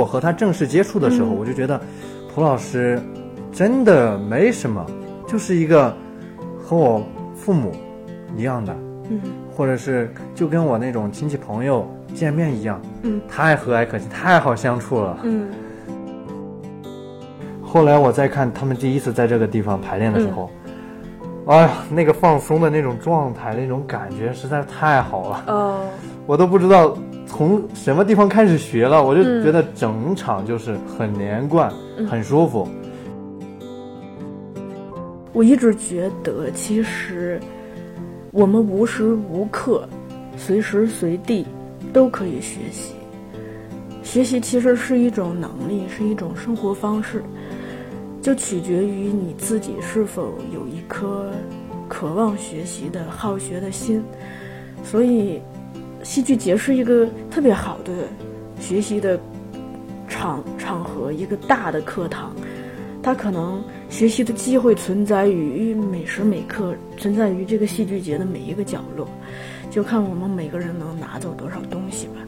和他正式接触的时候，我就觉得蒲老师真的没什么，就是一个和我父母一样的，或者是就跟我那种亲戚朋友见面一样，太和蔼可亲，太好相处了。后来我再看他们第一次在这个地方排练的时候，哎呀，那个放松的那种状态，那种感觉实在太好了。我都不知道从什么地方开始学了，我就觉得整场就是很连贯，很舒服。 我一直觉得，其实我们无时无刻、随时随地都可以学习。学习其实是一种能力，是一种生活方式，就取决于你自己是否有一颗渴望学习的好学的心。所以戏剧节是一个特别好的学习的场合，一个大的课堂。它可能学习的机会存在于每时每刻，存在于这个戏剧节的每一个角落，就看我们每个人能拿走多少东西吧。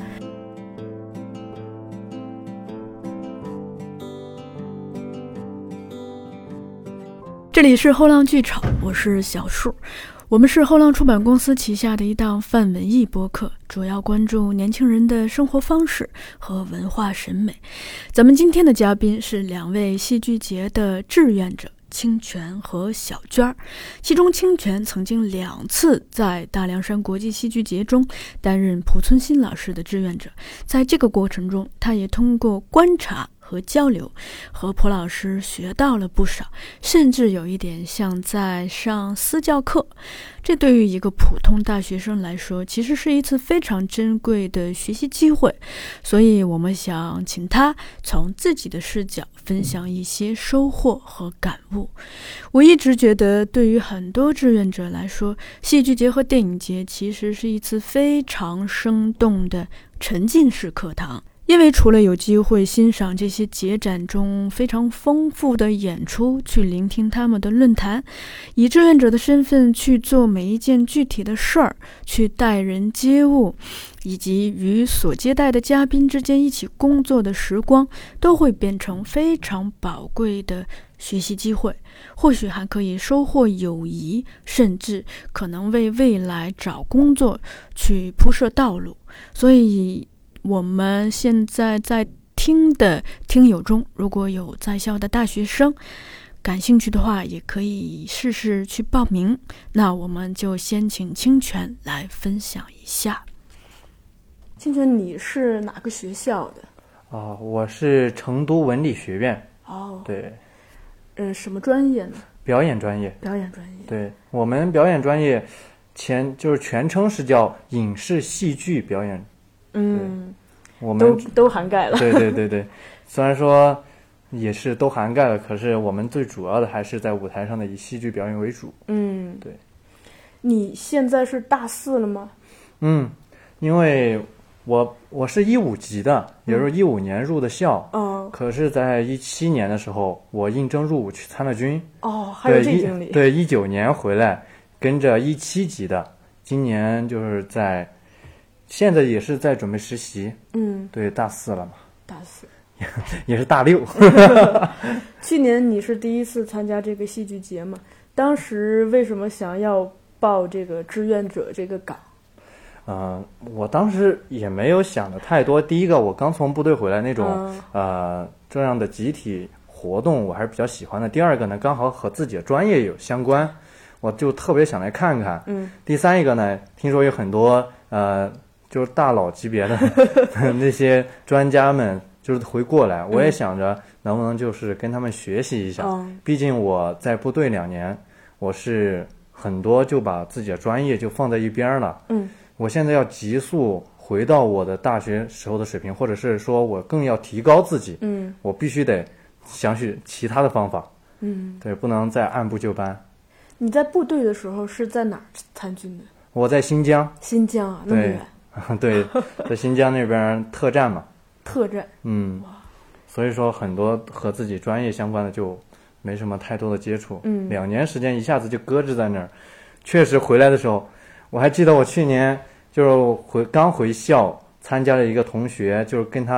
这里是后浪剧场，我是小树。我们是后浪出版公司旗下的一档泛文艺播客，主要关注年轻人的生活方式和文化审美。咱们今天的嘉宾是2位戏剧节的志愿者，清泉和小娟。其中清泉曾经2次在大凉山国际戏剧节中担任濮存昕老师的志愿者，在这个过程中，他也通过观察和交流，和蒲老师学到了不少，甚至有一点像在上私教课。这对于一个普通大学生来说，其实是一次非常珍贵的学习机会。所以我们想请他从自己的视角分享一些收获和感悟。我一直觉得，对于很多志愿者来说，戏剧节和电影节其实是一次非常生动的沉浸式课堂。因为除了有机会欣赏这些节展中非常丰富的演出，去聆听他们的论坛，以志愿者的身份去做每一件具体的事儿，去待人接物，以及与所接待的嘉宾之间一起工作的时光，都会变成非常宝贵的学习机会，或许还可以收获友谊，甚至可能为未来找工作去铺设道路。所以我们现在在听的听友中，如果有在校的大学生感兴趣的话，也可以试试去报名。那我们就先请清泉来分享一下。清泉，你是哪个学校的？ 我是成都文理学院。对。 什么专业呢？ 表演专业。 表演专业。 对，我们表演专业全称是叫影视戏剧表演。我们都涵盖了。 对，虽然说也是都涵盖了，可是我们最主要的还是在舞台上的以戏剧表演为主。对。 你现在是大4了吗？ 因为我是15级的，也就是15年入的校。可是在17年的时候，我应征入伍去参了军。 还有这经历。 对，19年回来跟着17级的，今年就是现在也是在准备实习。对，大4了嘛。 大4 也是大6。 去年你是第一次参加这个戏剧节吗？当时为什么想要报这个志愿者这个岗？ 我当时也没有想的太多。第一个，我刚从部队回来，那种这样的集体活动我还是比较喜欢的。第二个呢，刚好和自己的专业有相关，我就特别想来看看。第三一个呢，听说有很多就是大佬级别的那些专家们就是会过来，我也想着能不能就是跟他们学习一下。毕竟我在部队2年，我是很多就把自己的专业就放在一边了。我现在要急速回到我的大学时候的水平，或者是说我更要提高自己。我必须得想起其他的方法。对，不能再按部就班。 你在部队的时候是在哪儿参军的？ 我在新疆。 新疆啊，那么远。 对，在新疆那边特战嘛。 特战。 所以说很多和自己专业相关的就没什么太多的接触。2年时间一下子就搁置在那儿。确实回来的时候，我还记得我去年就是刚回校参加了一个同学，就是跟他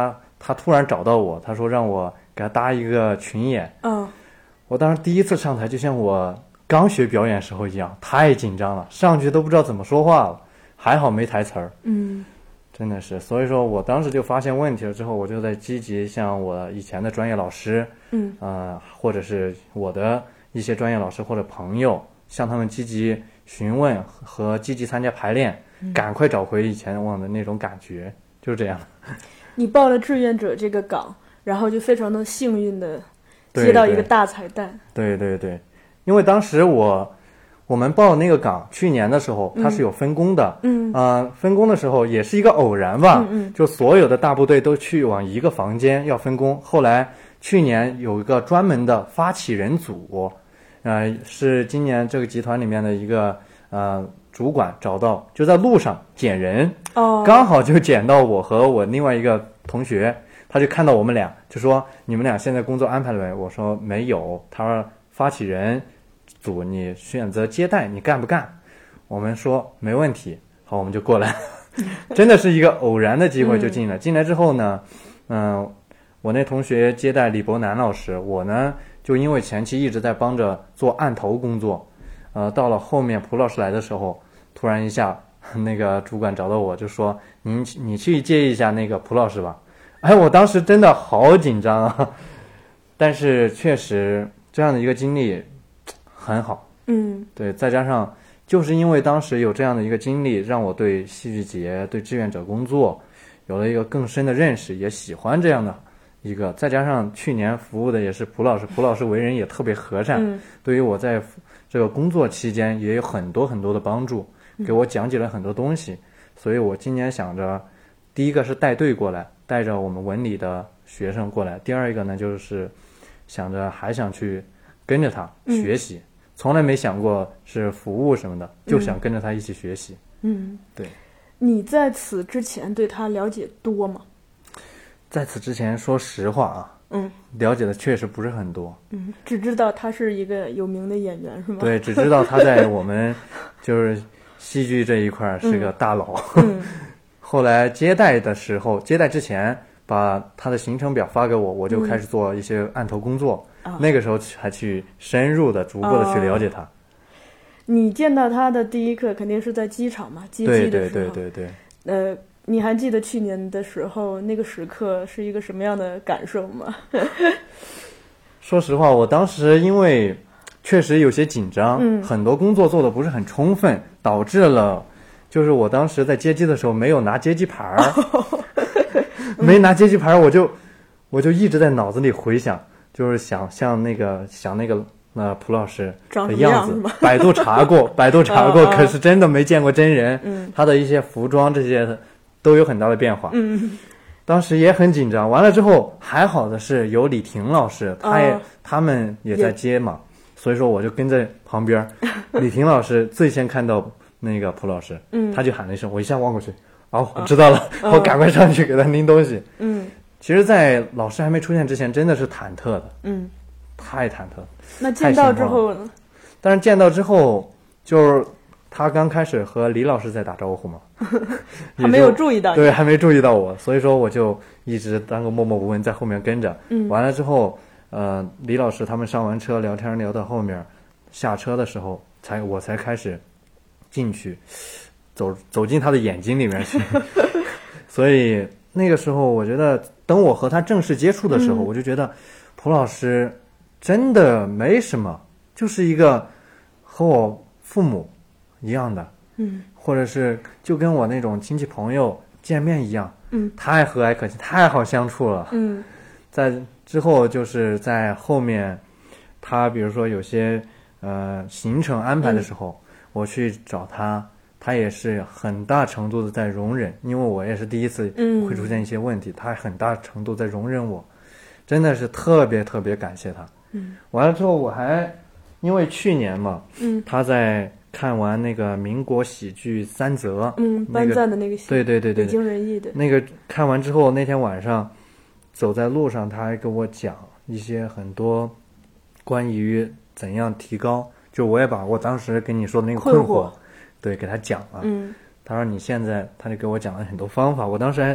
他突然找到我，他说让我给他搭一个群演。我当时第一次上台，就像我刚学表演时候一样，太紧张了，上去都不知道怎么说话了，还好没台词儿。真的是，所以说我当时就发现问题了之后，我就在积极向我以前的专业老师，或者是我的一些专业老师或者朋友，向他们积极询问和积极参加排练，赶快找回以前我的那种感觉，就是这样。 你报了志愿者这个岗，然后就非常的幸运的接到一个大彩蛋。 对对对，因为当时我们报那个岗，去年的时候它是有分工的，分工的时候也是一个偶然吧，就所有的大部队都去往一个房间要分工。后来去年有一个专门的发起人组，是今年这个集团里面的一个主管找到，就在路上捡人，刚好就捡到我和我另外一个同学，他就看到我们俩，就说你们俩现在工作安排了没？我说没有。他说发起人组你选择接待，你干不干？我们说没问题，好，我们就过来。真的是一个偶然的机会就进来。进来之后呢，我那同学接待李伯南老师，我呢就因为前期一直在帮着做案头工作，到了后面蒲老师来的时候，突然一下那个主管找到我，就说你去接一下那个蒲老师吧。哎，我当时真的好紧张啊，但是确实这样的一个经历很好。对，再加上就是因为当时有这样的一个经历，让我对戏剧节、对志愿者工作有了一个更深的认识，也喜欢这样的一个。再加上去年服务的也是蒲老师，蒲老师为人也特别和善，对于我在这个工作期间也有很多很多的帮助，给我讲解了很多东西。所以我今年想着，第一个是带队过来，带着我们文理的学生过来；第二一个呢，就是想着还想去跟着他学习，从来没想过是服务什么的，就想跟着他一起学习。对。 你在此之前对他了解多吗？ 在此之前，说实话啊，了解的确实不是很多。 只知道他是一个有名的演员，是吗？ 对，只知道他在我们就是戏剧这一块是个大佬。后来接待的时候，接待之前把他的行程表发给我，我就开始做一些案头工作。那个时候还去深入的、逐步的去了解他。 你见到他的第一刻肯定是在机场嘛，接机的时候。对。你还记得去年的时候那个时刻是一个什么样的感受吗？ 说实话，我当时因为确实有些紧张，很多工作做的不是很充分，导致了就是我当时在接机的时候没有拿接机牌没拿接机牌，我就一直在脑子里回想，就是想那个蒲老师的样子，百度查过，可是真的没见过真人。他的一些服装这些都有很大的变化。当时也很紧张。完了之后，还好的是有李婷老师，他们也在接嘛，所以说我就跟在旁边。李婷老师最先看到那个蒲老师，他就喊了一声，我一下望过去，我知道了，我赶快上去给他拎东西。其实，在老师还没出现之前，真的是忐忑的。太忐忑了。 那见到之后呢？ 但是见到之后，就是他刚开始和李老师在打招呼嘛， 还没有注意到你。 对，还没注意到我，所以说我就一直当个默默无闻在后面跟着。完了之后，李老师他们上完车聊天聊到后面，下车的时候我才开始进去，走进他的眼睛里面去。所以那个时候，我觉得等我和他正式接触的时候，我就觉得蒲老师真的没什么，就是一个和我父母一样的，或者是就跟我那种亲戚朋友见面一样，太和蔼可亲，太好相处了。在之后就是在后面，他比如说有些行程安排的时候，我去找他，他也是很大程度的在容忍，因为我也是第一次会出现一些问题，他很大程度在容忍我，真的是特别特别感谢他。完了之后我还因为去年嘛，他在看完那个民国喜剧三则， 颁赞的那个戏， 对， 北京人艺的那个，看完之后那天晚上走在路上，他还跟我讲一些很多关于怎样提高，就我也把我当时跟你说的那个困惑对给他讲了。他说你现在，他就给我讲了很多方法，我当时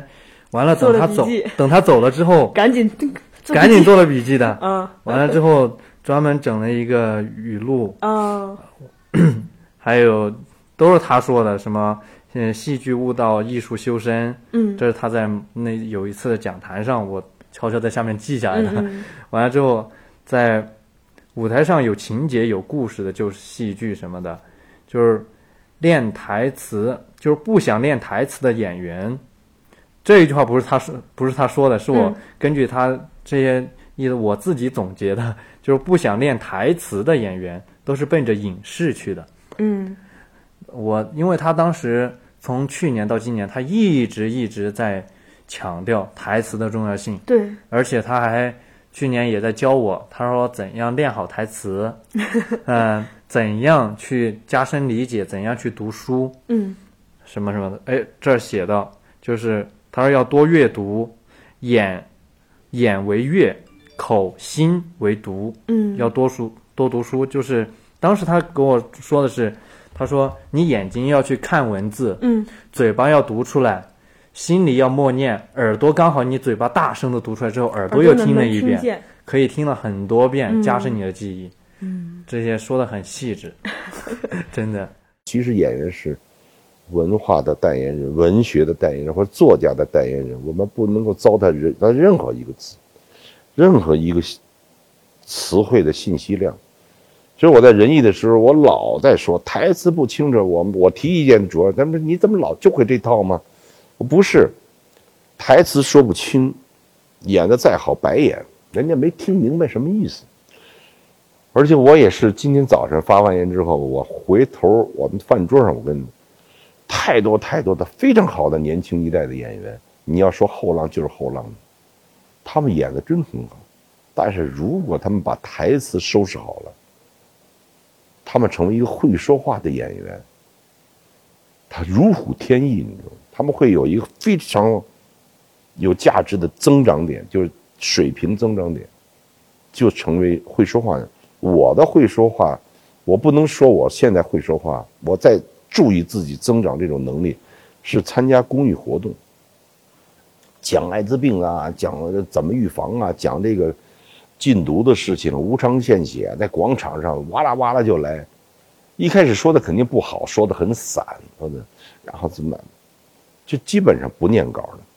完了等他走了之后， 赶紧做了笔记的。完了之后专门整了一个语录。还有都是他说的，什么戏剧悟道，艺术修身。这是他在那有一次的讲坛上，我悄悄在下面记下来的。完了之后，在舞台上有情节有故事的，就是戏剧什么的，就是练台词，就是不想练台词的演员。这一句话不是他说的，是我根据他这些意思我自己总结的，就是不想练台词的演员都是奔着影视去的。因为他当时从去年到今年，他一直在强调台词的重要性。 对， 而且他还去年也在教我，他说怎样练好台词，怎样去加深理解，怎样去读书，什么什么的。这儿写到就是他说要多阅读，眼为阅，口心为读，要多读书。就是当时他跟我说的是，他说你眼睛要去看文字，嘴巴要读出来，心里要默念，耳朵刚好你嘴巴大声的读出来之后，耳朵又听了一遍，可以听了很多遍，加深你的记忆。这些说的很细致，真的。 其实演员是文化的代言人，文学的代言人，或者作家的代言人，我们不能够糟蹋任何一个字，任何一个词汇的信息量。所以我在仁义的时候，我老在说台词不清楚，我提意见主要，但是你怎么老就会这套吗？我不是，台词说不清，演得再好白演，人家没听明白什么意思。而且我也是今天早上发完言之后，我回头我们饭桌上，我跟太多的非常好的年轻一代的演员，你要说后浪就是后浪，他们演得真很好。但是如果他们把台词收拾好了，他们成为一个会说话的演员，他如虎添翼，你知道吗？他们会有一个非常有价值的增长点，就是水平增长点，就成为会说话的。我的会说话，我不能说我现在会说话，我在注意自己增长这种能力，是参加公益活动，讲艾滋病啊，讲怎么预防啊，讲这个禁毒的事情，无偿献血，在广场上哇啦哇啦就来。一开始说的肯定不好，说的很散，说的，然后怎么，就基本上不念稿的。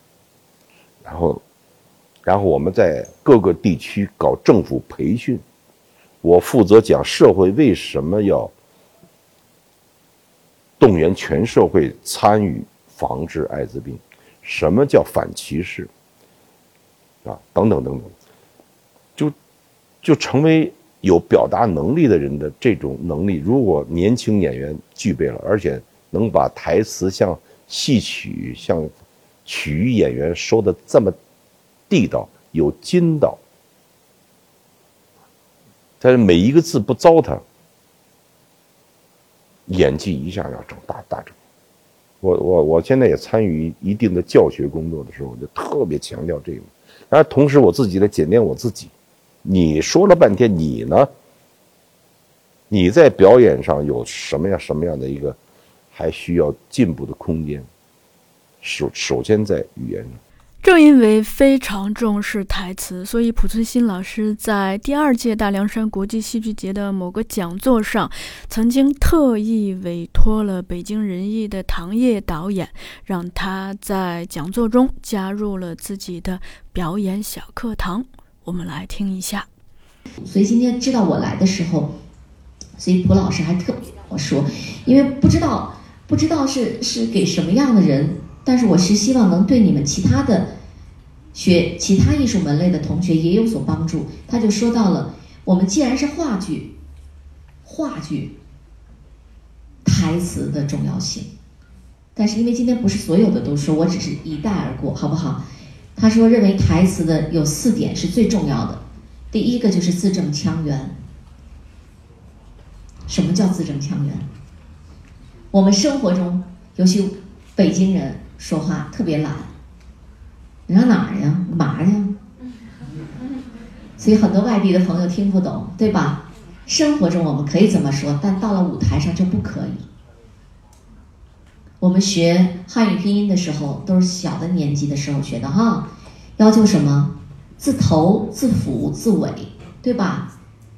然后我们在各个地区搞政府培训，我负责讲社会为什么要动员全社会参与防治艾滋病，什么叫反歧视，啊，等等等等，就成为有表达能力的人的这种能力，如果年轻演员具备了，而且能把台词像戏曲、像曲艺演员说的这么地道、有筋道，但是每一个字不糟蹋，演技一下要整大整。我现在也参与一定的教学工作的时候，我就特别强调这个。然后同时我自己在检验我自己。你说了半天，你呢？你在表演上有什么样的一个还需要进步的空间？首先在语言上。 正因为非常重视台词，所以濮存昕老师在第2届大凉山国际戏剧节的某个讲座上，曾经特意委托了北京人艺的唐烨导演，让他在讲座中加入了自己的表演小课堂。我们来听一下。 所以今天知道我来的时候，所以蒲老师还特别让我说，因为不知道是给什么样的人，但是我是希望能对你们其他艺术门类的同学也有所帮助。他就说到了，我们既然是话剧台词的重要性，但是因为今天不是所有的都说，我只是一带而过，好不好？他说认为台词的有4点是最重要的。第一个就是字正腔圆。什么叫字正腔圆？我们生活中尤其北京人说话特别懒，你说哪儿呀？嘛呀？所以很多外地的朋友听不懂，对吧？生活中我们可以这么说，但到了舞台上就不可以。 我们学汉语拼音的时候，都是小的年纪的时候学的哈，要求什么？字头、字辅、字尾，对吧？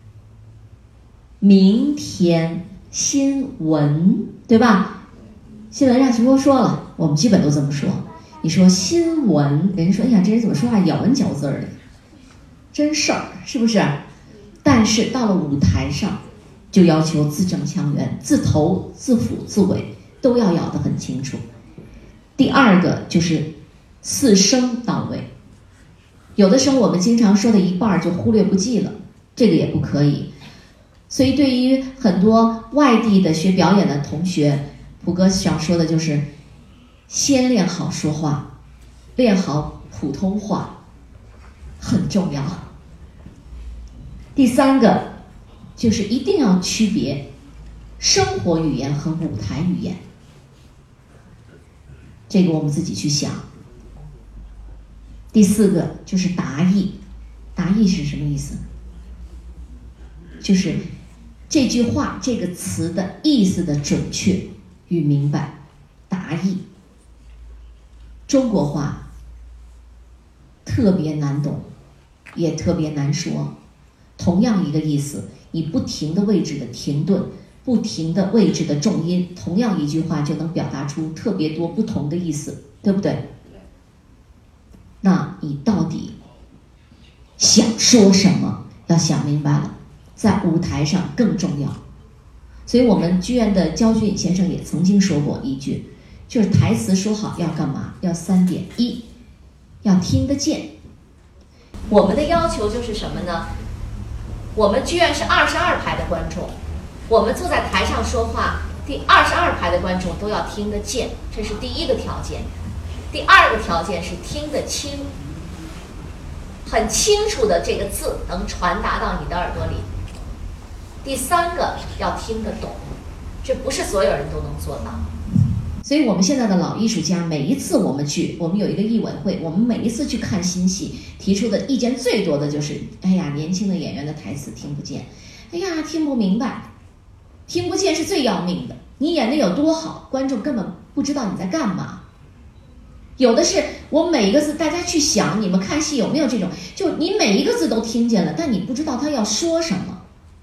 明天新闻，对吧？新闻让徐波说了，我们基本都这么说。你说新闻，人家说，哎呀，这人怎么说话咬文嚼字的，真事儿，是不是？但是到了舞台上，就要求字正腔圆，字头、字辅、字尾都要咬得很清楚。第二个就是四声到位，有的时候我们经常说的一半就忽略不计了，这个也不可以。所以对于很多外地的学表演的同学，普哥想说的就是先练好说话，练好普通话很重要。第三个就是一定要区别生活语言和舞台语言，这个我们自己去想。第四个就是达意，达意是什么意思？就是这句话这个词的意思的准确与明白，达意。中国话特别难懂，也特别难说。同样一个意思，你不停的位置的停顿，不停的位置的重音，同样一句话就能表达出特别多不同的意思，对不对？那你到底想说什么？要想明白了，在舞台上更重要。所以我们剧院的焦俊先生也曾经说过一句，就是台词说好要干嘛？要3点：一，要听得见。我们的要求就是什么呢？我们剧院是22排的观众，我们坐在台上说话，第22排的观众都要听得见，这是第一个条件。第二个条件是听得清，很清楚的这个字能传达到你的耳朵里。第三个要听得懂，这不是所有人都能做到。所以我们现在的老艺术家，每一次我们有一个艺委会，我们每一次去看新戏，提出的意见最多的就是，哎呀，年轻的演员的台词听不见，哎呀，听不明白，听不见是最要命的。你演的有多好，观众根本不知道你在干嘛。有的是我每一个字，大家去想，你们看戏有没有这种，就你每一个字都听见了，但你不知道他要说什么，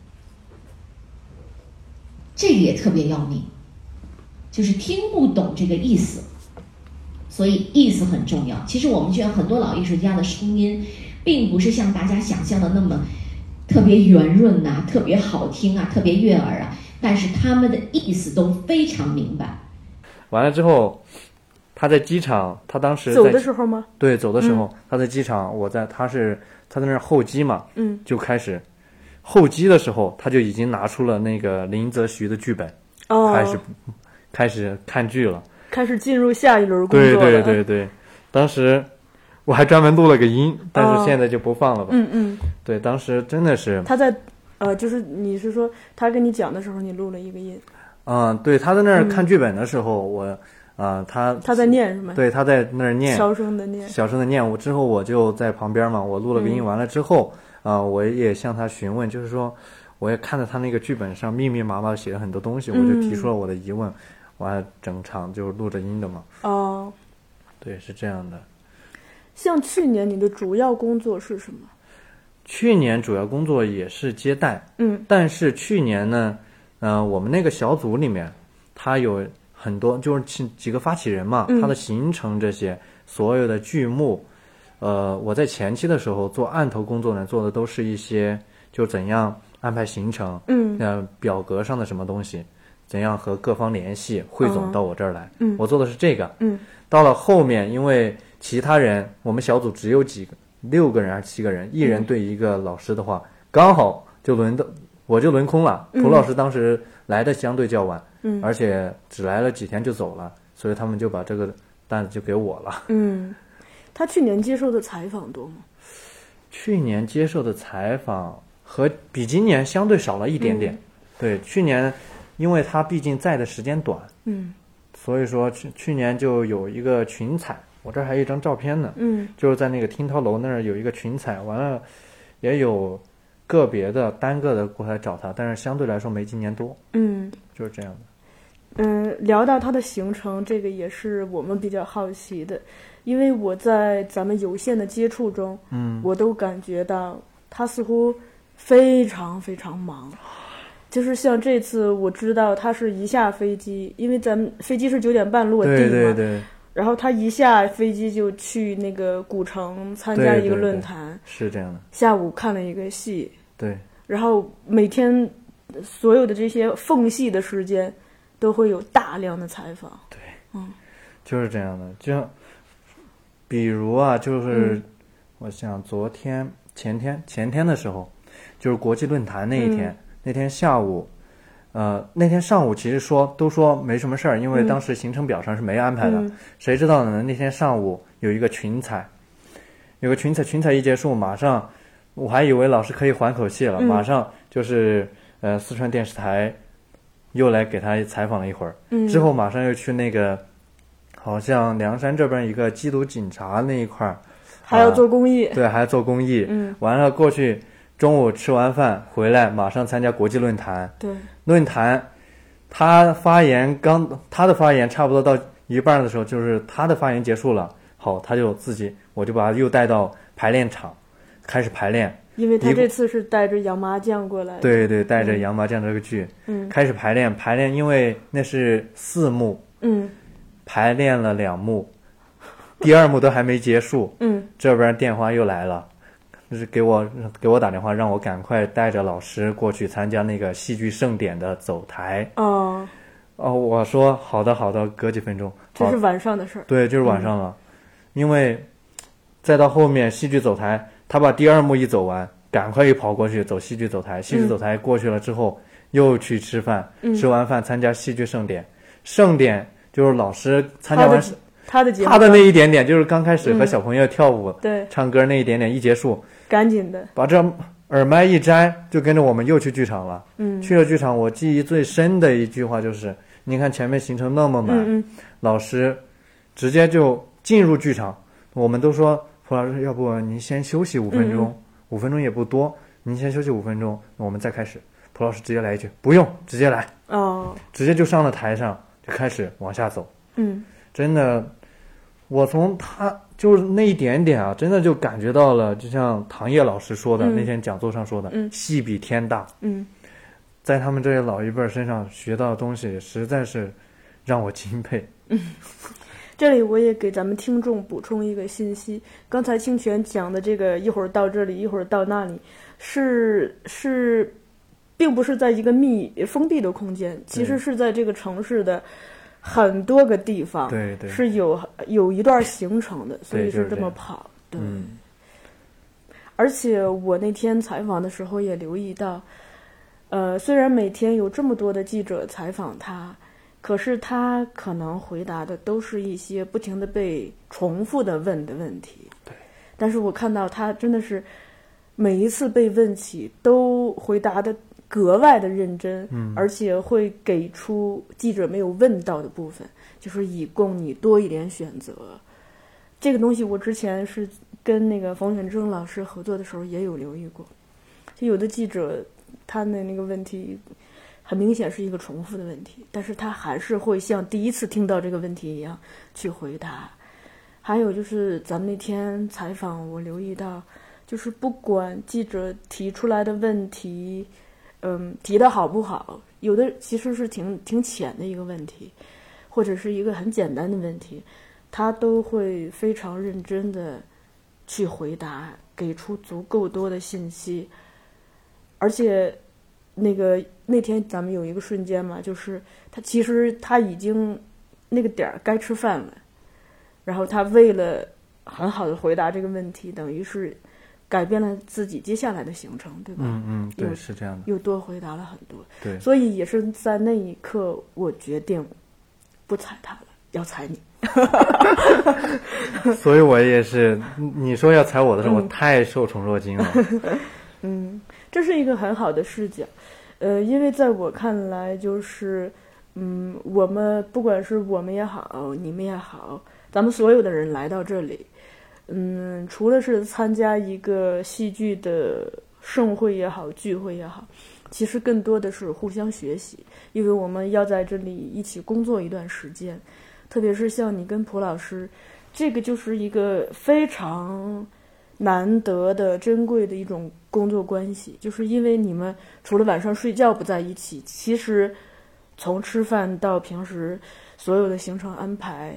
这个也特别要命。就是听不懂这个意思，所以意思很重要。其实我们剧院很多老艺术家的声音，并不是像大家想象的那么特别圆润啊，特别好听啊，特别悦耳啊，但是他们的意思都非常明白。 完了之后，他在机场，他当时走的时候吗？ 对，走的时候，他在机场，他在那儿候机嘛，就开始候机的时候，他就已经拿出了那个林则徐的剧本，开始看剧了，开始进入下一轮工作了。 对，当时我还专门录了个音，但是现在就不放了吧。对，当时真的是他在就是你是说他跟你讲的时候，你录了一个音？ 对，他在那儿看剧本的时候，我他在念是吗？ 对，他在那儿念， 小声的念。 我之后我就在旁边嘛，我录了个音，完了之后我也向他询问，就是说我也看到他那个剧本上密密麻麻的写了很多东西，我就提出了我的疑问。完了，整场就录着音的嘛。对，是这样的。 像去年你的主要工作是什么？ 去年主要工作也是接待，但是去年呢，我们那个小组里面，他有很多就是几个发起人嘛，他的行程这些所有的剧目，我在前期的时候做案头工作呢，做的都是一些就怎样安排行程，表格上的什么东西。怎样和各方联系汇总到我这儿来，我做的是这个。到了后面，因为其他人我们小组只有6个人还是7个人，一人对一个老师的话，刚好就我就轮空了。蒲老师当时来的相对较晚，而且只来了几天就走了，所以他们就把这个担子就给我了。 他去年接受的采访多吗？ 去年接受的采访比今年相对少了一点点。对，去年因为他毕竟在的时间短，所以说去年就有一个群采，我这儿还有一张照片呢，就是在那个听涛楼那儿有一个群采，完了也有个别的单个的过来找他，但是相对来说没今年多，就是这样的。 聊到它的行程，这个也是我们比较好奇的，因为我在咱们有限的接触中，我都感觉到他似乎非常非常忙。就是像这次我知道他是一下飞机，因为咱们飞机是9点半落地嘛， 对， 然后他一下飞机就去那个古城参加一个论坛， 是这样的。 下午看了一个戏， 对， 然后每天所有的这些缝隙的时间都会有大量的采访。 对，就是这样的。就比如啊，就是我想前天的时候，就是国际论坛那一天，那天下午。那天上午其实都说没什么事儿，因为当时行程表上是没安排的。谁知道呢？那天上午有一个群采，群采一结束，马上我还以为老师可以缓口气了，马上就是四川电视台又来给他采访了一会儿，之后马上又去那个好像凉山这边一个缉毒警察那一块儿， 还要做公益， 对，还要做公益。完了过去。中午吃完饭回来，马上参加国际论坛。 对， 论坛，他的发言差不多到一半的时候，就是他的发言结束了。好，我就把他又带到排练场，开始排练。 因为他这次是带着洋麻将过来的。 对，带着洋麻将这个剧，开始排练。因为那是4幕，排练了2幕，第2幕都还没结束，这边电话又来了。就是给我打电话，让我赶快带着老师过去参加那个戏剧盛典的走台。我说好的，隔几分钟。 这是晚上的事儿。 对，就是晚上了。因为再到后面戏剧走台，他把第2幕一走完，赶快又跑过去走戏剧走台。戏剧走台过去了之后，又去吃饭，吃完饭参加戏剧盛典。盛典就是老师参加完他的节目， 他的那一点点就是刚开始和小朋友跳舞、 对， 唱歌那一点点一结束， 赶紧的把这耳麦一摘，就跟着我们又去剧场了。去了剧场，我记忆最深的一句话就是：你看前面行程那么满，老师直接就进入剧场。我们都说蒲老师，要不您先休息5分钟，5分钟也不多，您先休息5分钟，我们再开始。蒲老师直接来一句：不用，直接来。直接就上了台上，就开始往下走。真的。我从他就是那一点点啊，真的就感觉到了，就像唐烨老师说的，那天讲座上说的，戏比天大。在他们这些老一辈身上学到的东西，实在是让我敬佩。 这里我也给咱们听众补充一个信息，刚才清泉讲的这个一会儿到这里，一会儿到那里，是并不是在一个封闭的空间，其实是在这个城市的很多个地方， 对， 是有一段行程的，所以是这么跑。对，而且我那天采访的时候也留意到，虽然每天有这么多的记者采访他，可是他可能回答的都是一些不停的被重复的问的问题。 对， 但是我看到他真的是每一次被问起都回答的格外的认真，而且会给出记者没有问到的部分，就是以供你多一点选择。这个东西我之前是跟那个冯远征老师合作的时候也有留意过，就有的记者他的那个问题很明显是一个重复的问题，但是他还是会像第一次听到这个问题一样去回答。还有就是咱们那天采访，我留意到，就是不管记者提出来的问题提的好不好，有的其实是挺浅的一个问题，或者是一个很简单的问题，他都会非常认真的去回答，给出足够多的信息。而且那天咱们有一个瞬间嘛，就是其实他已经那个点儿该吃饭了，然后他为了很好的回答这个问题，等于是改变了自己接下来的行程，对吧？ 对，是这样的， 又多回答了很多。 对， 所以也是在那一刻，我决定不踩他了，要踩你。 所以我也是，你说要踩我的时候，我太受宠若惊了。 这是一个很好的视角，因为在我看来，就是我们不管是我们也好，你们也好，咱们所有的人来到这里。除了是参加一个戏剧的盛会也好，聚会也好， 其实更多的是互相学习，因为我们要在这里一起工作一段时间，特别是像你跟蒲老师，这个就是一个非常难得的珍贵的一种工作关系，就是因为你们除了晚上睡觉不在一起，其实从吃饭到平时所有的行程安排，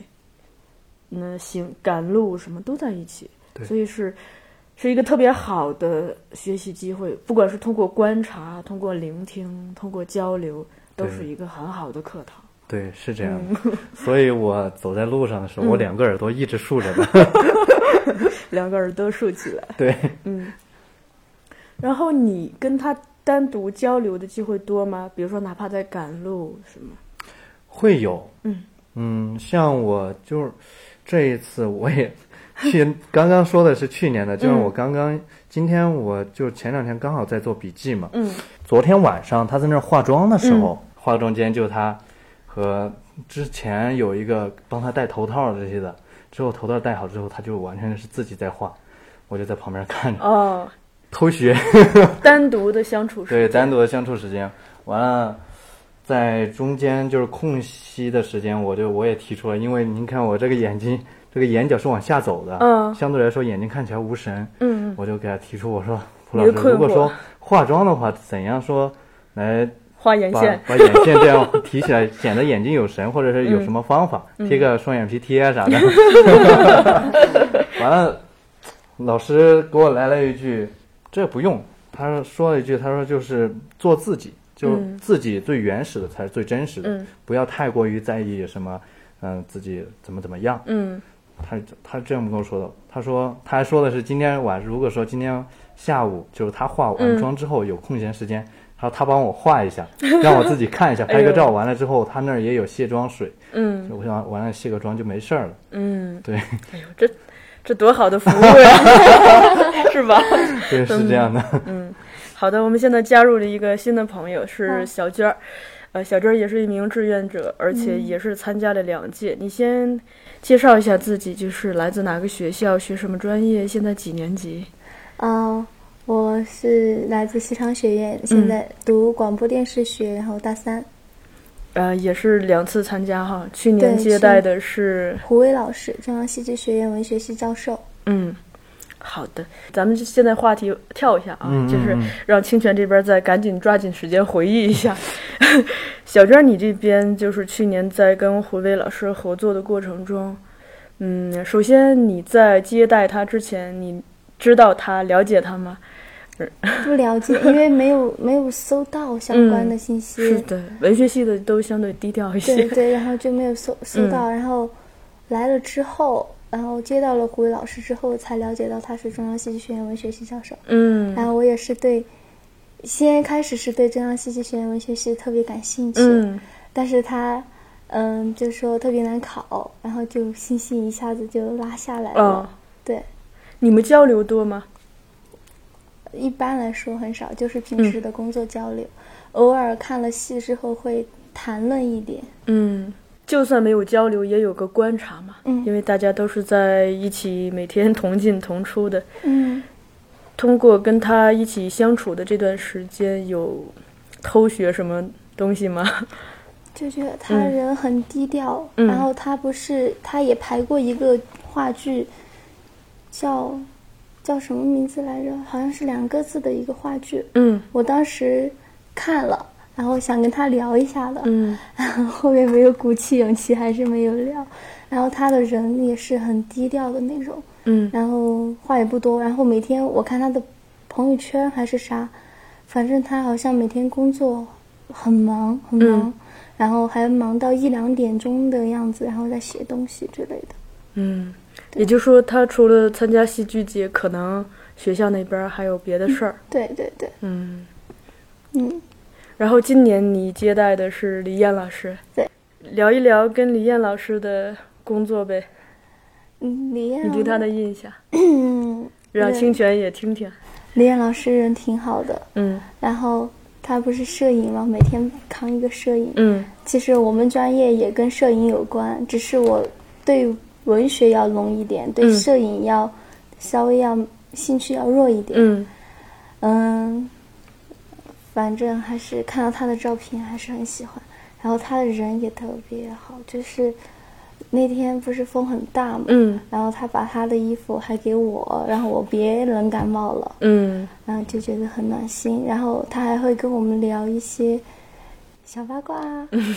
赶路什么都在一起，所以是一个特别好的学习机会，不管是通过观察、通过聆听、通过交流，都是一个很好的课堂。 对，是这样的。所以我走在路上的时候，我两个耳朵一直竖着的。 两个耳朵竖起来。 对， 然后你跟他单独交流的机会多吗？比如说哪怕在赶路什么？ 会有。像我就是这一次我也刚刚说的是去年的，就是我今天我就前2天刚好在做笔记嘛。昨天晚上他在那儿化妆的时候，化妆间就他和之前有一个帮他戴头套这些的，之后头套戴好之后，他就完全是自己在画，我就在旁边看着。偷学。 单独的相处时间。 对，单独的相处时间。完了，在中间就是空隙的时间，我也提出了，因为您看我这个眼睛，这个眼角是往下走的，相对来说眼睛看起来无神。我就给他提出，我说蒲老师，如果说化妆的话，怎样说来画眼线， 把眼线这样提起来，显得眼睛有神，或者是有什么方法，贴个双眼皮贴啊啥的。完了，老师给我来了一句，这不用。他说了一句，他说就是做自己，就自己最原始的才是最真实的，不要太过于在意什么，自己怎么样。他这么跟我说的。他还说的是今天如果说今天下午就是他化完妆之后有空闲时间，他帮我画一下，让我自己看一下，拍个照。完了之后他那儿也有卸妆水，我想完了卸个妆就没事了。对。 哎呦，这多好的服务呀，是吧？ 对，是这样的。 好的，我们现在加入了一个新的朋友，是小娟儿。小娟儿也是一名志愿者，而且也是参加了2届。你先介绍一下自己，就是来自哪个学校，学什么专业，现在几年级？ 我是来自西昌学院，现在读广播电视学，然后大3。 也是2次参加哈。去年接待的是胡威老师，中央戏剧学院文学系教授。 好的，咱们现在话题跳一下啊，就是让清泉这边再赶紧抓紧时间回忆一下。小娟，你这边就是去年在跟胡威老师合作的过程中，首先你在接待他之前，你知道他了解他吗？ 不了解，因为没有搜到相关的信息。 是的，文学系的都相对低调一些。 对，然后就没有搜到，然后来了之后，然后接到了胡伟老师之后，才了解到他是中央戏剧学院文学系教授。然后我也是先开始是对中央戏剧学院文学系特别感兴趣，但是他就说特别难考，然后就信心一下子就拉下来了。对， 你们交流多吗？ 一般来说很少，就是平时的工作交流，偶尔看了戏之后会谈论一点。 就算没有交流也有个观察嘛，因为大家都是在一起每天同进同出的。通过跟他一起相处的这段时间，有偷学什么东西吗？ 就觉得他人很低调，然后他也排过一个话剧，叫什么名字来着？好像是2个字的一个话剧。我当时看了，然后想跟他聊一下的，然后后面没有鼓起勇气，还是没有聊。然后他的人也是很低调的那种，然后话也不多。然后每天我看他的朋友圈还是啥，反正他好像每天工作很忙，然后还忙到1、2点钟的样子，然后再写东西之类的。 也就是说他除了参加戏剧节，可能学校那边还有别的事儿。 对。 然后今年你接待的是李艳老师。 对， 聊一聊跟李艳老师的工作呗。 李艳， 你对他的印象？让清泉也听听。 李艳老师人挺好的，然后他不是摄影吗？每天扛一个摄影。其实我们专业也跟摄影有关，只是我对文学要浓一点，对摄影要稍微兴趣要弱一点。 反正还是看到他的照片还是很喜欢，然后他的人也特别好，就是那天不是风很大嘛，然后他把他的衣服还给我，然后我别冷感冒了，然后就觉得很暖心。然后他还会跟我们聊一些小八卦，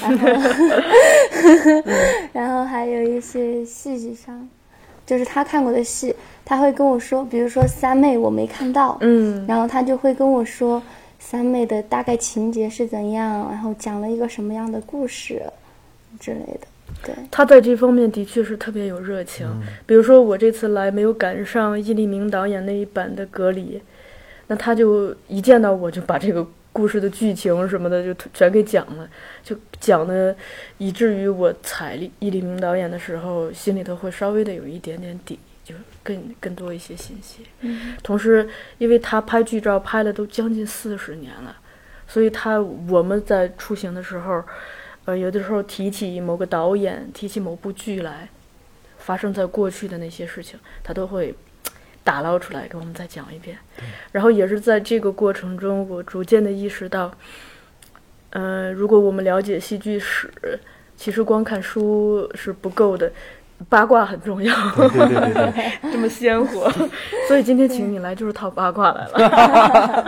然后还有一些戏剧上，就是他看过的戏，他会跟我说，比如说三妹我没看到，然后他就会跟我说三妹的大概情节是怎样，然后讲了一个什么样的故事之类的。对， 他在这方面的确是特别有热情。比如说我这次来没有赶上易立明导演那一版的隔离，那他就一见到我就把这个故事的剧情什么的就全给讲了，就讲的以至于我踩易立明导演的时候心里头会稍微的有一点点底，就更多一些信息。同时因为他拍剧照拍了都将近40年了，所以我们在出行的时候有的时候提起某个导演，提起某部剧来，发生在过去的那些事情，他都会打捞出来给我们再讲一遍。然后也是在这个过程中，我逐渐的意识到，如果我们了解戏剧史，其实光看书是不够的，八卦很重要。 对， 这么鲜活，所以今天请你来就是套八卦来了。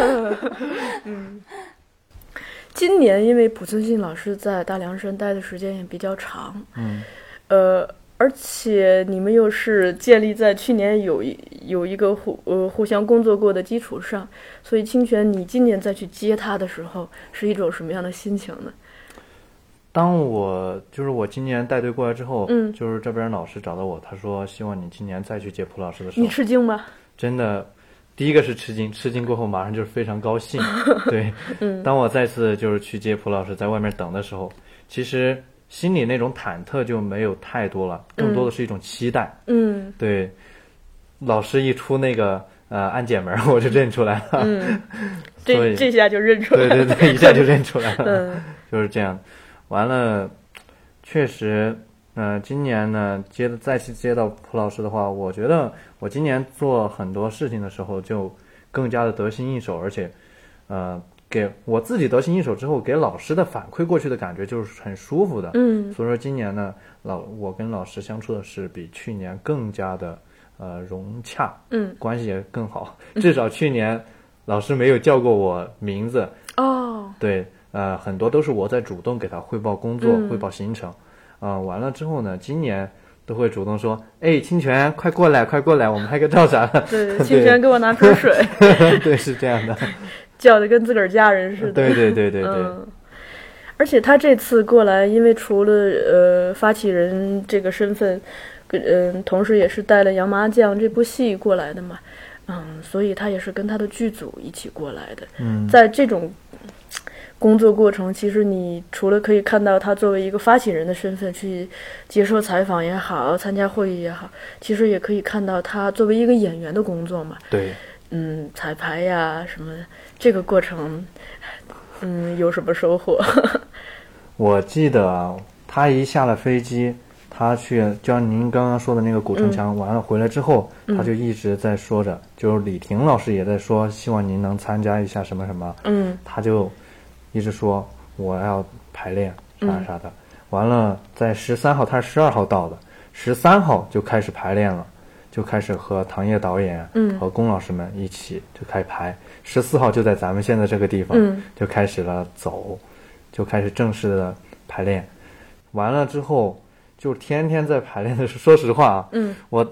今年因为濮存昕老师在大凉山待的时间也比较长，而且你们又是建立在去年有一个互相工作过的基础上，所以清泉，你今年再去接他的时候，是一种什么样的心情呢？ 当我今年带队过来之后，就是这边老师找到我，他说希望你今年再去接蒲老师的时候， 你吃惊吗？ 真的。第一个是吃惊过后马上就是非常高兴。对，当我再次就是去接蒲老师在外面等的时候，其实心里那种忐忑就没有太多了，更多的是一种期待。对，老师一出那个安检门我就认出来了。 这下就认出来了。 对，一下就认出来了。就是这样。完了，确实今年呢再去接到蒲老师的话，我觉得我今年做很多事情的时候就更加的得心应手，而且给我自己得心应手之后，给老师的反馈过去的感觉就是很舒服的。所以说今年呢我跟老师相处的是比去年更加的融洽，关系也更好。至少去年老师没有叫过我名字。对，很多都是我在主动给他汇报工作，汇报行程。完了之后呢，今年都会主动说，清泉快过来，我们拍个照啥的。对， 清泉给我拿瓶水。 对，是这样的， 叫的跟自个儿家人似的。 对。 而且他这次过来，因为除了发起人这个身份，同时也是带了《洋麻将》这部戏过来的嘛，所以他也是跟他的剧组一起过来的。在这种工作过程，其实你除了可以看到他作为一个发起人的身份去接受采访也好，参加会议也好，其实也可以看到他作为一个演员的工作嘛。 对， 彩排呀什么的，这个过程，有什么收获？ 我记得他一下了飞机，他去就像您刚刚说的那个古城墙，完了回来之后，他就一直在说着，就是李婷老师也在说，希望您能参加一下什么什么，他就一直说我要排练啥的。完了在13号，他是12号到的，13号就开始排练了，就开始和唐烨导演和龚老师们一起就开始排。14号就在咱们现在这个地方就开始了走，就开始正式的排练。完了之后就天天在排练的时候，说实话啊，我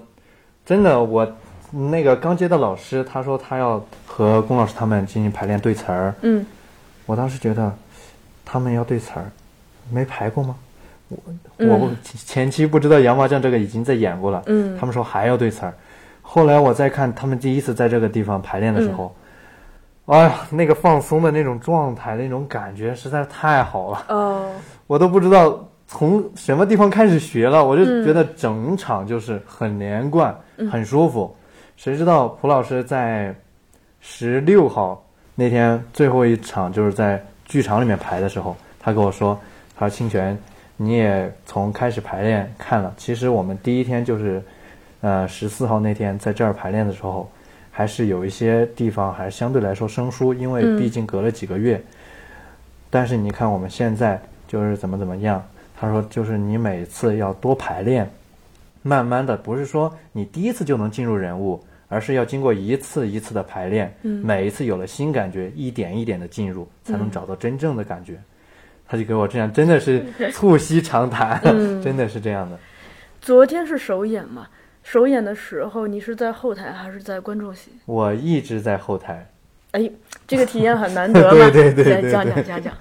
那个刚接的老师，他说他要和龚老师他们进行排练对词儿，我当时觉得他们要对词儿，没排过吗？我前期不知道《洋麻将》这个已经在演过了，他们说还要对词儿。后来我再看他们第一次在这个地方排练的时候，哎呀，那个放松的那种状态，那种感觉实在是太好了。我都不知道从什么地方开始学了，我就觉得整场就是很连贯，很舒服。谁知道蒲老师在16号那天最后一场就是在剧场里面排的时候，他跟我说，他说清泉，你也从开始排练看了，其实我们第一天就是14号那天在这儿排练的时候， 还是有一些地方还是相对来说生疏，因为毕竟隔了几个月。但是你看我们现在就是怎么样，他说就是你每次要多排练，慢慢的不是说你第一次就能进入人物，而是要经过一次一次的排练，每一次有了新感觉，一点一点的进入，才能找到真正的感觉。他就给我这样，真的是促膝长谈，真的是这样的。 昨天是首演嘛？首演的时候，你是在后台还是在观众席？ 我一直在后台。 哎，这个体验很难得嘛。 对， 讲讲。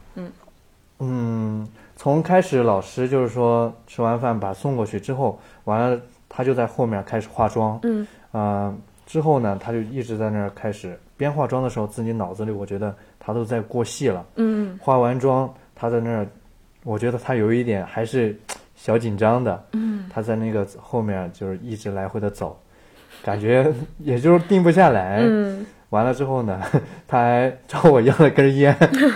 从开始老师就是说吃完饭把送过去之后，完了他就在后面开始化妆。之后呢，他就一直在那儿开始边化妆的时候，自己脑子里我觉得他都在过戏了。化完妆，他在那儿，我觉得他有一点还是小紧张的。他在那个后面就是一直来回的走，感觉也就是定不下来。完了之后呢，他还找我要了根烟。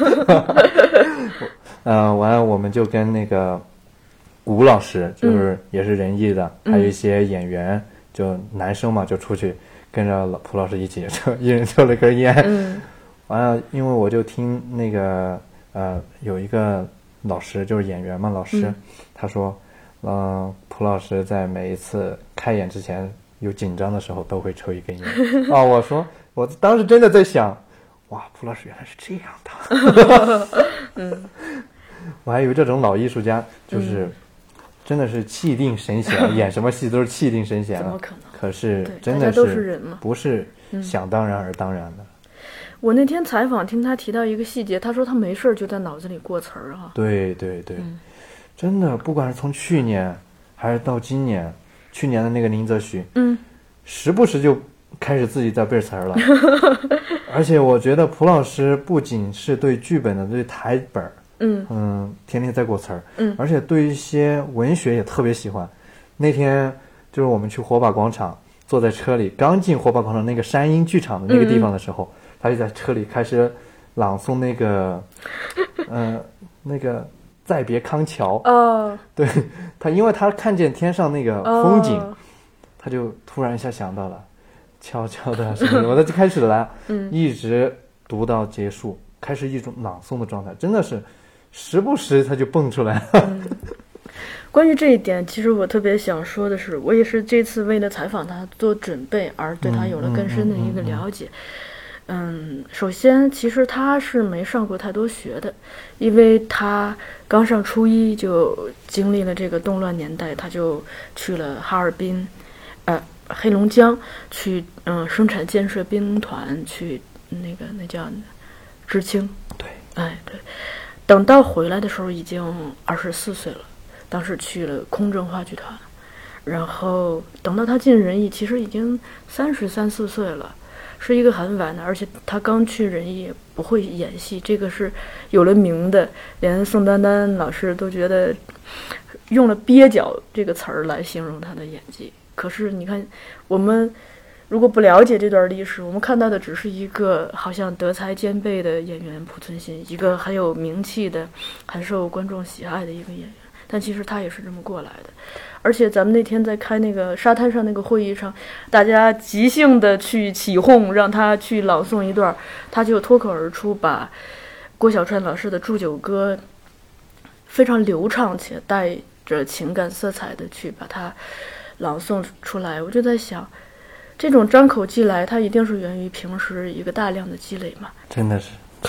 完了我们就跟那个吴老师，就是也是仁义的，还有一些演员，就男生嘛，就出去跟着蒲老师一起，一人抽了根烟。完了，因为我就听那个有一个老师，就是演员嘛，老师，他说，蒲老师在每一次开演之前有紧张的时候都会抽一根烟。我说，我当时真的在想，哇，蒲老师原来是这样的。我还以为这种老艺术家就是真的是气定神闲，演什么戏都是气定神闲了。 怎么可能？ 可是真的都是人嘛， 不是想当然而当然的。 我那天采访听他提到一个细节，他说他没事就在脑子里过词儿哈。 对，真的，不管是从去年还是到今年，去年的那个林则徐，时不时就开始自己在背词儿了。而且我觉得蒲老师不仅是对剧本的对台本，天天在过词儿，而且对一些文学也特别喜欢。那天就是我们去火把广场，坐在车里，刚进火把广场那个山阴剧场的那个地方的时候，他就在车里开始朗诵那个那个再别康桥。对，他因为他看见天上那个风景，他就突然一下想到了悄悄的什么，我就开始了，一直读到结束，开始一种朗诵的状态，真的是时不时他就蹦出来了。 关于这一点，其实我特别想说的是，我也是这次为了采访他做准备而对他有了更深的一个了解。首先其实他是没上过太多学的，因为他刚上初一就经历了这个动乱年代，他就去了哈尔滨黑龙江去生产建设兵团去那叫知青。 对， 对，等到回来的时候已经24岁了，当时去了空政话剧团，然后等到他进人艺其实已经33、4岁了，是一个很晚的，而且他刚去人艺也不会演戏，这个是有了名的，连宋丹丹老师都觉得用了蹩脚这个词儿来形容他的演技。可是你看，我们如果不了解这段历史，我们看到的只是一个好像德才兼备的演员濮存昕，一个很有名气的、很受观众喜爱的一个演员，但其实他也是这么过来的。而且咱们那天在开那个沙滩上那个会议上，大家即兴的去起哄，让他去朗诵一段，他就脱口而出，把郭小川老师的《祝酒歌》非常流畅且带着情感色彩的去把它朗诵出来。我就在想，这种张口即来，它一定是源于平时一个大量的积累嘛。 真的是。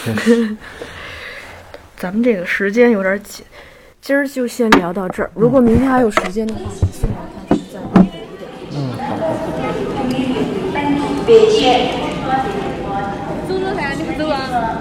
咱们这个时间有点紧，今儿就先聊到这儿。如果明天还有时间的话，送我看再晚一点。 好的。 走了噻，你不走啊？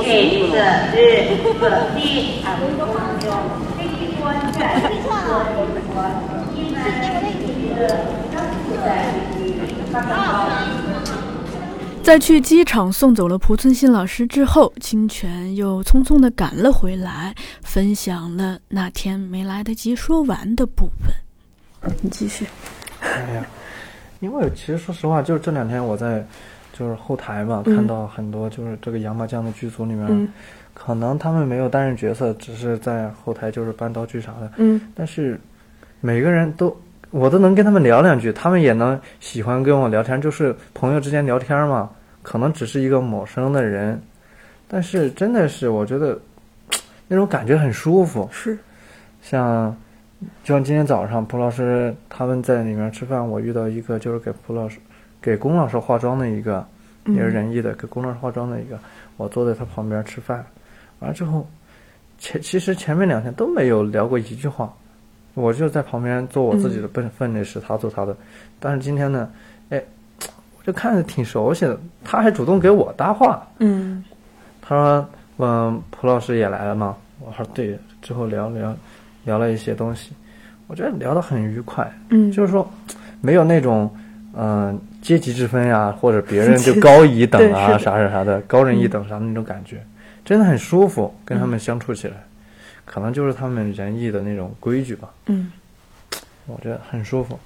在去机场送走了濮存昕老师之后，清泉又匆匆地赶了回来，分享了那天没来得及说完的部分。你继续。 因为其实说实话，就是这2天我在就是后台嘛，看到很多就是这个杨麻将的剧组里面，可能他们没有担任角色，只是在后台就是搬道具啥的，但是每个人都我都能跟他们聊两句，他们也能喜欢跟我聊天，就是朋友之间聊天嘛，可能只是一个陌生的人，但是真的是我觉得那种感觉很舒服。 是， 就像今天早上蒲老师他们在里面吃饭，我遇到一个就是给龚老师化妆的一个，也是仁义的，给龚老师化妆的一个，我坐在他旁边吃饭，完了之后其实前面2天都没有聊过一句话，我就在旁边做我自己的分内事，他做他的。但是今天呢，我就看着挺熟悉的，他还主动给我搭话。他说蒲老师也来了吗？我说对，之后聊了一些东西，我觉得聊得很愉快。就是说没有那种阶级之分呀，或者别人就高一等啊啥的，高人一等啥的那种感觉，真的很舒服，跟他们相处起来。可能就是他们仁义的那种规矩吧。我觉得很舒服。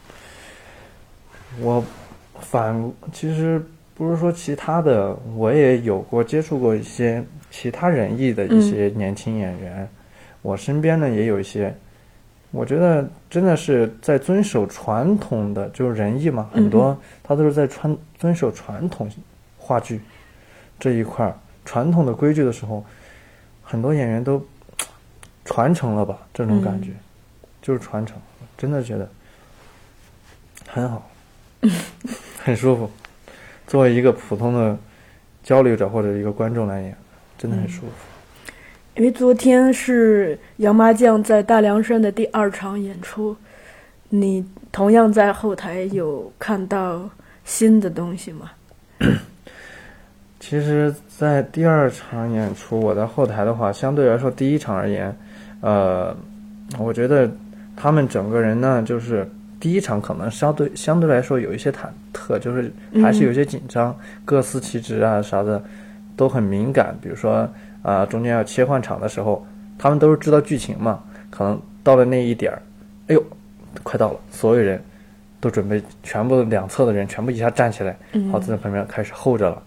其实不是说其他的，我也有过接触过一些其他仁义的一些年轻演员，我身边呢也有一些，我觉得真的是在遵守传统的，就是仁义嘛，很多他都是在遵守传统话剧这一块传统的规矩的时候，很多演员都传承了吧，这种感觉就是传承，真的觉得很好，很舒服。作为一个普通的交流者或者一个观众来演，真的很舒服。 因为昨天是杨麻将在大凉山的第2场演出，你同样在后台有看到新的东西吗？ 其实在第2场演出，我在后台的话，相对来说第1场而言，我觉得他们整个人呢，就是第1场可能相对来说有一些忐忑，就是还是有些紧张，各司其职啊啥的都很敏感。比如说中间要切换场的时候，他们都是知道剧情嘛，可能到了那一点儿，哎呦，快到了，所有人都准备，全部2侧的人全部一下站起来，好在旁边开始候着了。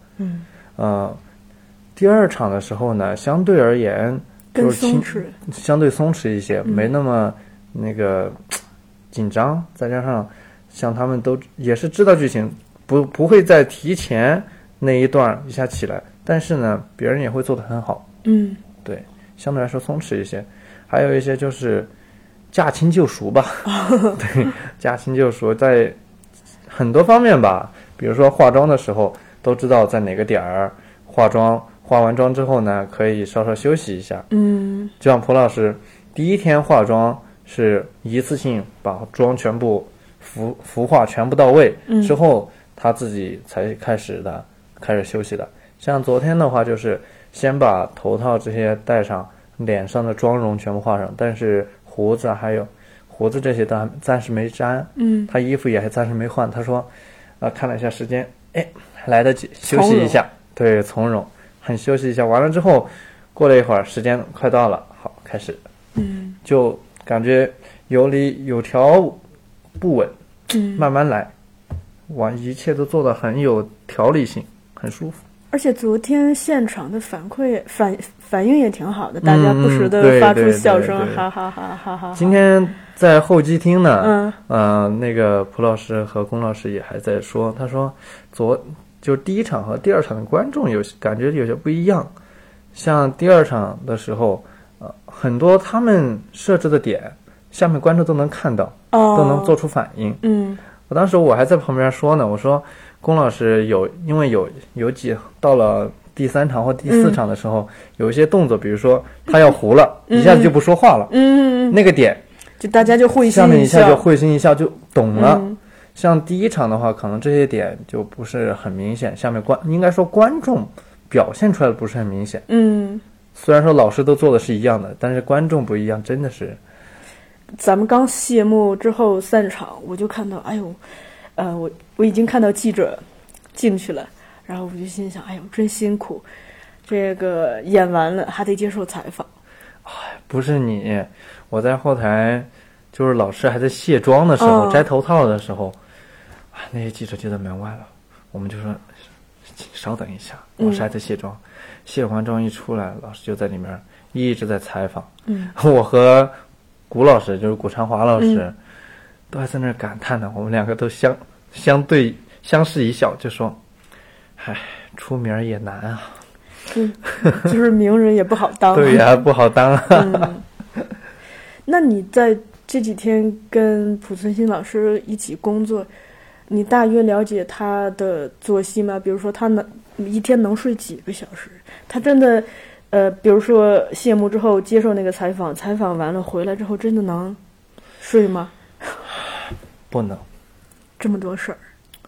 第2场的时候呢，相对而言就是相对松弛一些，没那么那个紧张，再加上像他们都也是知道剧情，不会在提前那一段一下起来，但是呢别人也会做得很好。对，相对来说松弛一些。还有一些就是驾轻就熟吧。对，驾轻就熟在很多方面吧，比如说化妆的时候都知道在哪个点儿化妆，化完妆之后呢可以稍稍休息一下。就像蒲老师第1天化妆是一次性把妆全部服化全部到位，之后他自己才开始休息的。像昨天的话，就是先把头套这些戴上，脸上的妆容全部画上，但是胡子还有胡子这些暂时没粘。他衣服也还暂时没换。他说看了一下时间，还来得及休息一下。对，从容，很休息一下。完了之后过了一会儿，时间快到了，好，开始。就感觉有理有条不紊，慢慢来，一切都做得很有条理性，很舒服。 而且昨天现场的反应也挺好的，大家不时的发出笑声，哈哈哈哈哈。 今天在候机厅呢，那个蒲老师和龚老师也还在说，他说就第1场和第2场的观众感觉有些不一样。像第2场的时候，很多他们设置的点，下面观众都能看到，都能做出反应。我当时我还在旁边说呢，我说龚老师因为有到了第3场或第4场的时候，有一些动作，比如说他要糊了，一下子就不说话了，那个点就大家就会心一笑， 下面一下就会心一笑，就懂了。像第1场的话，可能这些点就不是很明显，下面应该说观众表现出来的不是很明显。虽然说老师都做的是一样的，但是观众不一样，真的是。 咱们刚谢幕之后散场，我就看到，我已经看到记者进去了，然后我就心想，真辛苦，这个演完了还得接受采访。 不是你，我在后台，就是老师还在卸妆的时候，摘头套的时候，那些记者就在门外了，我们就说，请稍等一下，老师还在卸妆，卸完妆一出来，老师就在里面一直在采访。我和古老师，就是古长华老师， 都还在那儿感叹呢。我们两个都相视一笑，就说：“唉，出名也难啊。” 就是名人也不好当。 对呀，不好当啊。 那你在这几天跟濮存昕老师一起工作，你大约了解他的作息吗？比如说他一天能睡几个小时？他真的比如说谢幕之后接受那个采访完了回来之后真的能睡吗？ 不能。 这么多事儿。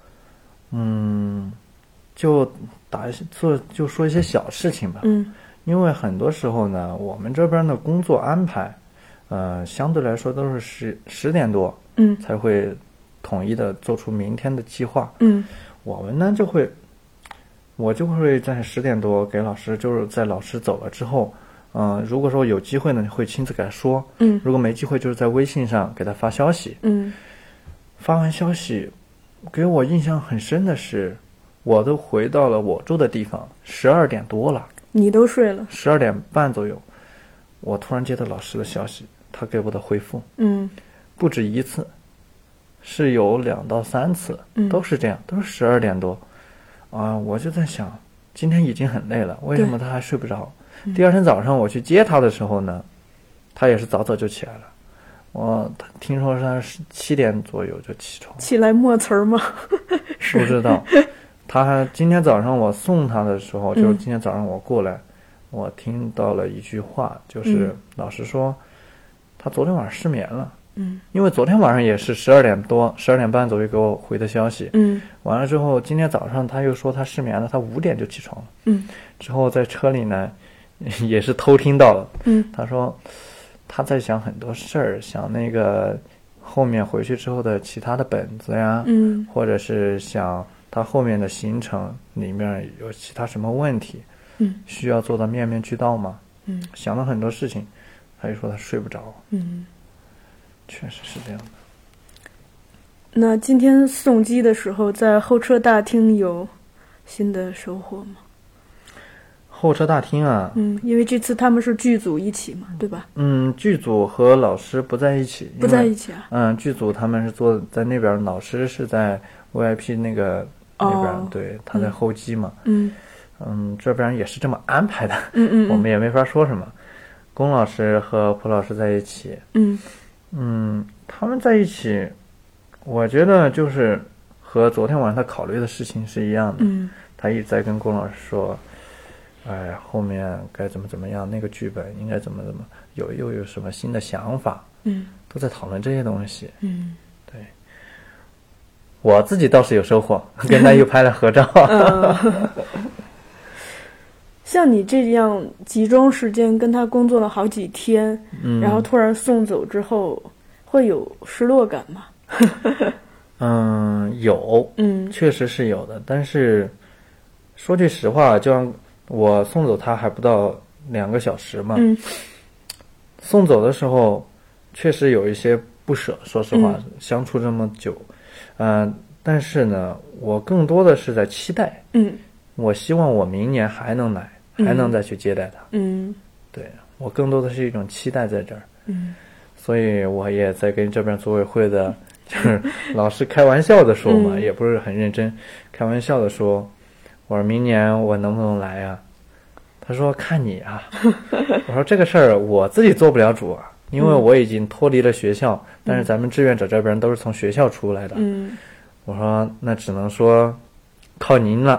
就说一些小事情吧。因为很多时候呢，我们这边的工作安排，相对来说都是10点多，才会统一的做出明天的计划。我们呢我就会在10点多给老师，就是在老师走了之后，如果说有机会呢，会亲自给他说。如果没机会，就是在微信上给他发消息。发完消息，给我印象很深的是，我都回到了我住的地方，12点多了。 你都睡了 ？12点半左右，我突然接到老师的消息，他给我的回复，不止一次，是有2到3次，都是这样，都是12点多。我就在想，今天已经很累了，为什么他还睡不着？第二天早上我去接他的时候呢，他也是早早就起来了。他听说他是7点左右就起床。 起来磨词儿吗？ 不知道。他今天早上我送他的时候，就是今天早上我过来，我听到了一句话，就是老师说他昨天晚上失眠了。因为昨天晚上也是12点多12点半左右给我回的消息。完了之后今天早上他又说他失眠了，他5点就起床了。之后在车里呢也是偷听到了。他说他在想很多事儿，想那个后面回去之后的其他的本子呀，或者是想他后面的行程里面有其他什么问题，需要做到面面俱到吗？想了很多事情，他就说他睡不着。确实是这样的。 那今天送机的时候，在候车大厅有新的收获吗？ 候车大厅啊， 因为这次他们是剧组一起嘛，对吧？ 剧组和老师不在一起。 不在一起啊？ 剧组他们是坐在那边，老师是在 VIP 那边，对，他在候机嘛。这边也是这么安排的。我们也没法说什么。龚老师和蒲老师在一起。他们在一起，我觉得就是和昨天晚上他考虑的事情是一样的。他一直在跟龚老师说，后面该怎么样，那个剧本应该怎么又有什么新的想法。都在讨论这些东西。对，我自己倒是有收获，跟他又拍了合照。 像你这样集中时间跟他工作了好几天，然后突然送走之后，会有失落感吗？ 有，确实是有的。但是说句实话，就像我送走他还不到2个小时嘛，送走的时候确实有一些不舍。说实话，相处这么久，但是呢，我更多的是在期待。我希望我明年还能来，还能再去接待他。对，我更多的是一种期待在这儿。所以我也在跟这边组委会的，就是老师开玩笑的说嘛，也不是很认真，开玩笑的说，我说明年我能不能来啊？他说看你啊。我说这个事儿我自己做不了主啊，因为我已经脱离了学校，但是咱们志愿者这边都是从学校出来的。我说那只能说靠您了。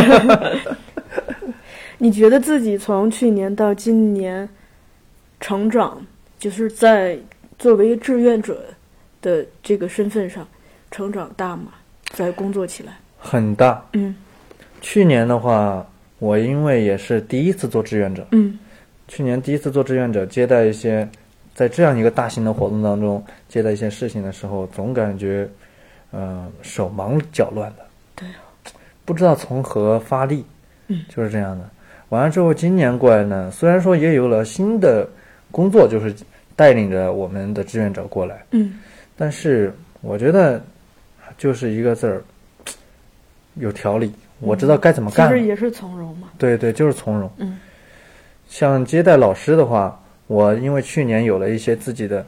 你觉得自己从去年到今年成长，就是在作为志愿者的这个身份上成长大吗？在工作起来很大。去年的话，我因为也是第一次做志愿者，去年第一次做志愿者，接待一些在这样一个大型的活动当中接待一些事情的时候，总感觉手忙脚乱的。 对， 不知道从何发力。就是这样的。完了之后，今年过来呢，虽然说也有了新的工作，就是带领着我们的志愿者过来，但是我觉得就是一个字儿，有条理。我知道该怎么干。 其实也是从容嘛。 对，就是从容。像接待老师的话，我因为去年有了一些自己的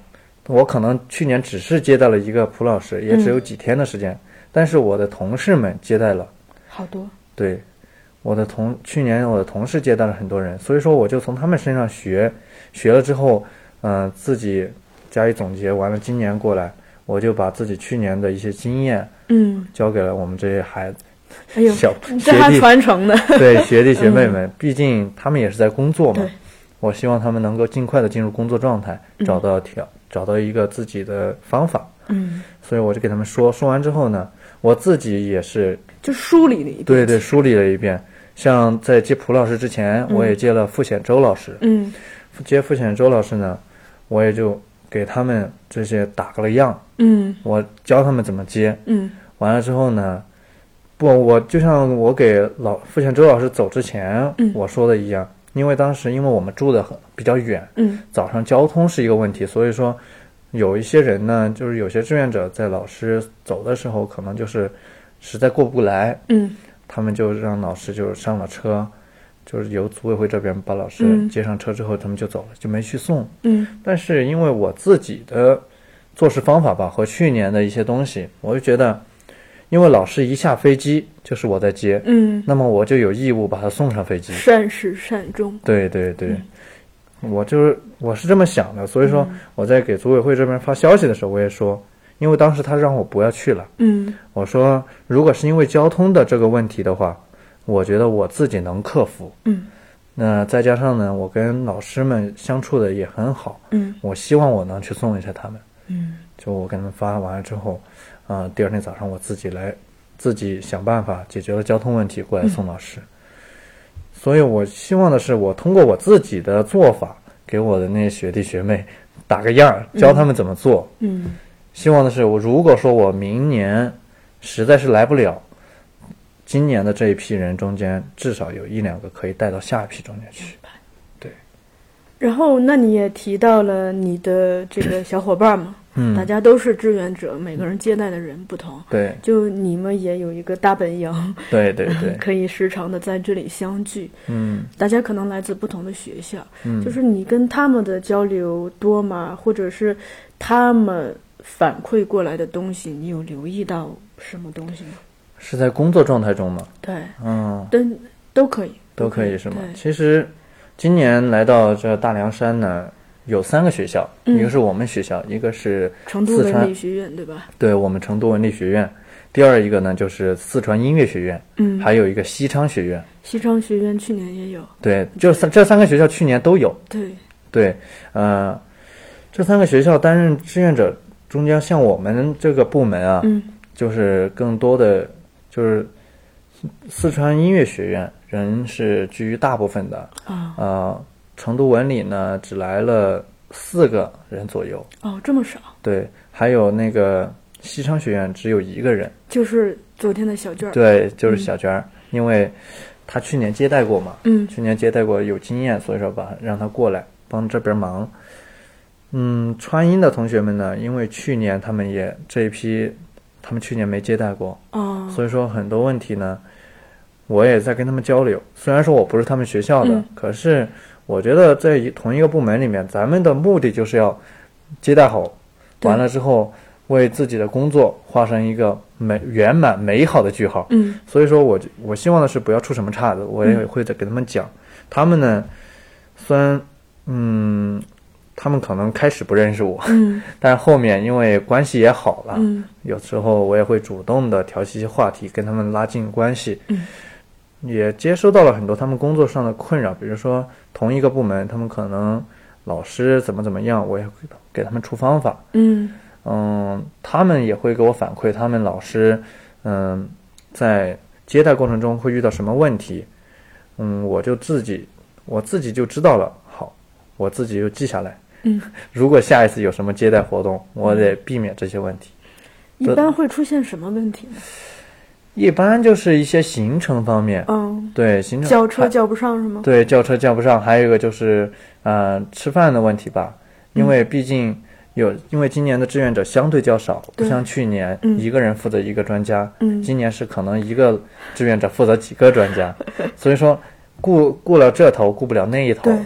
我可能去年只是接待了一个蒲老师，也只有几天的时间，但是我的同事们接待了好多。 对，去年我的同事接待了很多人，所以说我就从他们身上学了之后，自己加以总结，完了今年过来，我就把自己去年的一些经验，交给了我们这些孩子。 哎呦， 小这还传承的。 对，学弟学妹们，毕竟他们也是在工作嘛，我希望他们能够尽快的进入工作状态，找到一个自己的方法。所以我就给他们说完之后呢，我自己也是就梳理了一遍。 对，梳理了一遍。像在接蒲老师之前，我也接了傅显周老师。接傅显周老师呢，我也就给他们这些打个了样。我教他们怎么接。完了之后呢，我就像我给傅显周老师走之前，我说的一样，因为当时因为我们住的比较远，早上交通是一个问题，所以说有一些人呢，就是有些志愿者在老师走的时候，可能就是实在过不来，他们就让老师就上了车，就是由组委会这边把老师接上车之后，他们就走了，就没去送。但是因为我自己的做事方法吧，和去年的一些东西，我就觉得，因为老师一下飞机就是我在接，那么我就有义务把他送上飞机， 善始善终。 对对对，我是这么想的，所以说我在给组委会这边发消息的时候，我也说，因为当时他让我不要去了，我说如果是因为交通的这个问题的话，我觉得我自己能克服，那再加上呢，我跟老师们相处的也很好，我希望我能去送一下他们，就我跟他们发完了之后，第二天早上我自己想办法解决了交通问题过来送老师。所以我希望的是，我通过我自己的做法，给我的那些学弟学妹打个样，教他们怎么做。希望的是，如果说我明年实在是来不了，今年的这一批人中间，至少有1-2个可以带到下一批中间去。对。 然后，那你也提到了你的这个小伙伴嘛，大家都是志愿者，每个人接待的人不同。 对。 就你们也有一个大本营。 对对对。 可以时常的在这里相聚。大家可能来自不同的学校。就是你跟他们的交流多吗？或者是他们反馈过来的东西，你有留意到什么东西吗？ 是在工作状态中吗？ 对。都可以。 都可以是吗？其实今年来到这大凉山呢，有3个学校，一个是我们学校，一个是成都文理学院，对吧？对， 我们成都文理学院。第二一个呢，就是四川音乐学院，还有一个西昌学院。 西昌学院去年也有。 对，这3个学校去年都有。对，这3个学校担任志愿者中间，像我们这个部门啊，就是更多的就是四川音乐学院人是居于大部分的成都文理呢只来了4个人左右。 这么少？对， 还有那个西昌学院只有1个人， 就是昨天的小娟。 对，就是小娟，因为他去年接待过嘛，去年接待过有经验，所以说让他过来帮这边忙。川音的同学们呢，因为去年他们这一批，他们去年没接待过，所以说很多问题呢，我也在跟他们交流。虽然说我不是他们学校的，可是我觉得在同一个部门里面，咱们的目的就是要接待好，完了之后为自己的工作画上一个圆满美好的句号。所以说我希望的是不要出什么岔子，我也会再给他们讲。他们呢，虽然他们可能开始不认识我，但是后面因为关系也好了，有时候我也会主动的挑起一些话题，跟他们拉近关系。也接收到了很多他们工作上的困扰，比如说同一个部门，他们可能老师怎么样，我也会给他们出方法。他们也会给我反馈，他们老师在接待过程中会遇到什么问题，我自己就知道了，好，我自己就记下来。如果下一次有什么接待活动，我得避免这些问题。 一般会出现什么问题呢？ 一般就是一些行程方面，对，行程叫车叫不上是吗？ 对，叫车叫不上，还有一个就是吃饭的问题吧，因为毕竟因为今年的志愿者相对较少，不像去年一个人负责一个专家，今年是可能一个志愿者负责几个专家，所以说顾了这头顾不了那一头，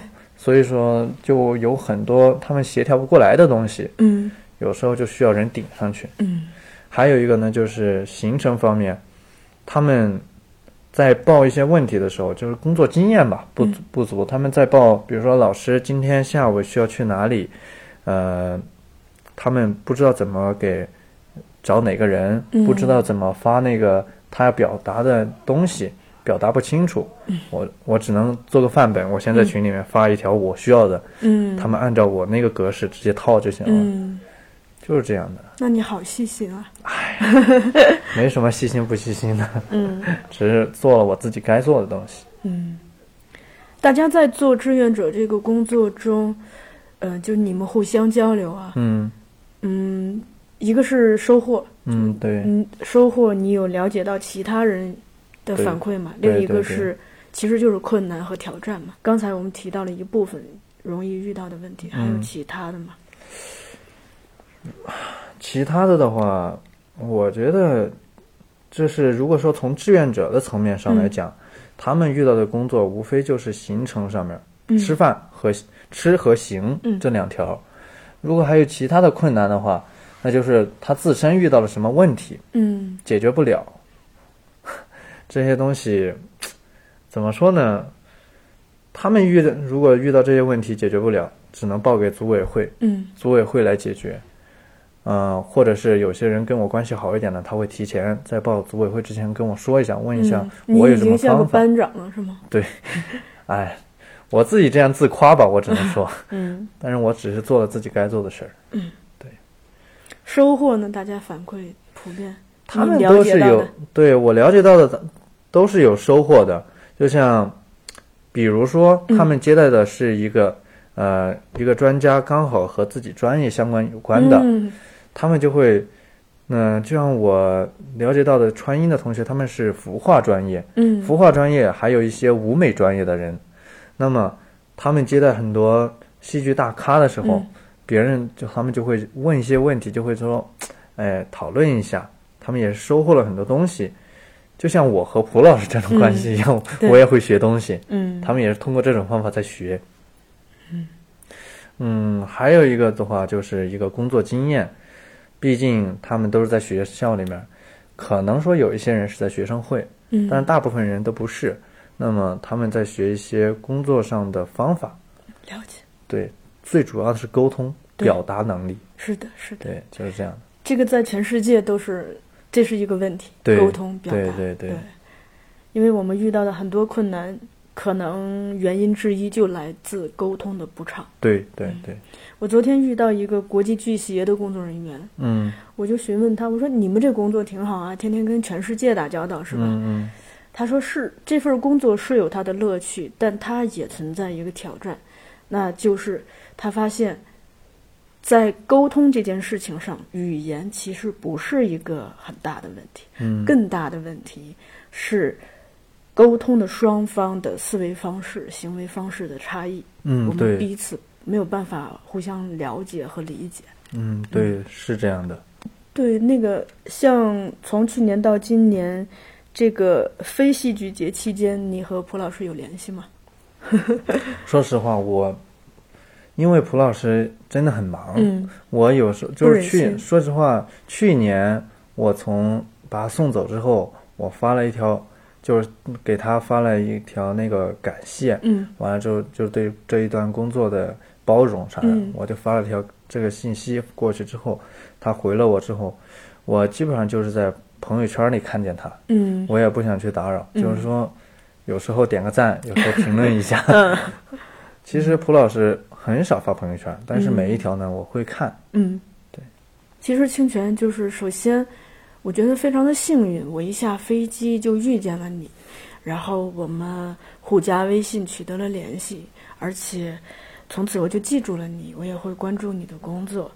所以说就有很多他们协调不过来的东西，有时候就需要人顶上去。还有一个呢，就是行程方面，他们在报一些问题的时候，就是工作经验吧不足，他们在报，比如说老师今天下午需要去哪里，他们不知道怎么给找哪个人，不知道怎么发那个他要表达的东西，表达不清楚，我只能做个范本，我先在群里面发一条我需要的，他们按照我那个格式直接套就行了，就是这样的。 那你好细心啊！ 没什么细心不细心的，只是做了我自己该做的东西。 大家在做志愿者这个工作中，就你们互相交流啊，一个是收获， 对， 收获你有了解到其他人的反馈嘛？另一个是其实就是困难和挑战嘛。刚才我们提到了一部分容易遇到的问题，还有其他的吗？ 其他的话，我觉得就是如果说从志愿者的层面上来讲，他们遇到的工作无非就是行程上面，吃饭和吃和行这两条。如果还有其他的困难的话，那就是他自身遇到了什么问题，解决不了。这些东西怎么说呢？他们如果遇到这些问题解决不了，只能报给组委会，组委会来解决。或者是有些人跟我关系好一点的，他会提前在报组委会之前跟我说一下，问一下我有什么方法。你已经像个班长了是吗？ 对，我自己这样自夸吧，我只能说，但是我只是做了自己该做的事儿。对。 收获呢？大家反馈普遍， 他们都是有，对我了解到的都是有收获的。就像，比如说他们接待的是一个专家，刚好和自己专业相关有关的。他们就会，就像我了解到的川音的同学，他们是服化专业，服化专业还有一些舞美专业的人，那么他们接待很多戏剧大咖的时候，他们就会问一些问题，就会说，讨论一下，他们也是收获了很多东西，就像我和蒲老师这种关系一样，我也会学东西，他们也是通过这种方法在学，还有一个的话就是一个工作经验。毕竟他们都是在学校里面，可能说有一些人是在学生会，但大部分人都不是。那么他们在学一些工作上的方法。 了解。对， 最主要的是沟通、表达能力。 是的。 对，就是这样的。 这个在全世界这是一个问题，沟通表达。对。因为我们遇到的很多困难，可能原因之一就来自沟通的不畅。对。我昨天遇到一个国际剧协的工作人员，我就询问他，我说你们这工作挺好啊，天天跟全世界打交道是吧？他说是，这份工作是有它的乐趣，但它也存在一个挑战，那就是他发现在沟通这件事情上，语言其实不是一个很大的问题，更大的问题是沟通的双方的思维方式、行为方式的差异，我们彼此没有办法互相了解和理解。 对，是这样的。 对，那个像从去年到今年，这个非戏剧节期间，你和蒲老师有联系吗？ 说实话，因为蒲老师真的很忙，我有时候就是说实话，去年我把他送走之后，我发了一条。就是给他发了一条那个感谢，完了之后就对这一段工作的包容啥的，我就发了条这个信息过去之后，他回了我之后，我基本上就是在朋友圈里看见他，我也不想去打扰，就是说有时候点个赞，有时候评论一下。其实蒲老师很少发朋友圈，但是每一条呢我会看。对。 其实清泉就是首先。我觉得非常的幸运，我一下飞机就遇见了你，然后我们互加微信取得了联系，而且从此我就记住了你，我也会关注你的工作。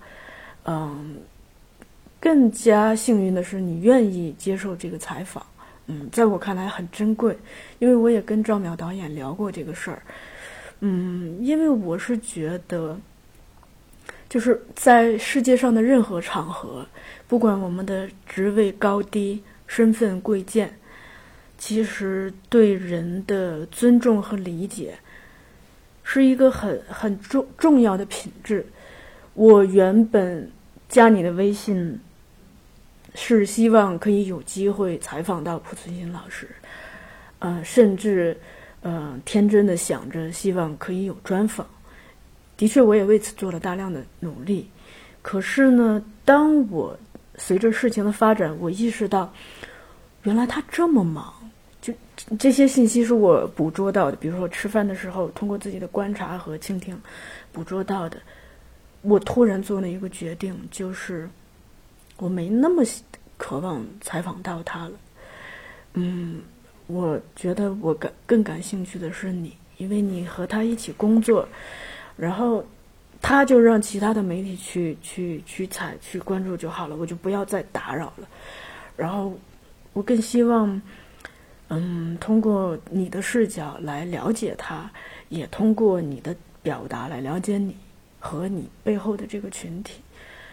更加幸运的是你愿意接受这个采访，在我看来很珍贵，因为我也跟赵淼导演聊过这个事儿。因为我是觉得就是在世界上的任何场合，不管我们的职位高低、身份贵贱，其实对人的尊重和理解是一个很重要的品质。我原本加你的微信是希望可以有机会采访到濮存昕老师，甚至天真的想着希望可以有专访。的确我也为此做了大量的努力，可是呢，当我随着事情的发展，我意识到原来他这么忙，就这些信息是我捕捉到的，比如说吃饭的时候通过自己的观察和倾听捕捉到的。我突然做了一个决定，就是我没那么渴望采访到他了。我觉得我更感兴趣的是你，因为你和他一起工作，然后他就让其他的媒体去采去关注就好了，我就不要再打扰了。然后我更希望通过你的视角来了解他，也通过你的表达来了解你和你背后的这个群体。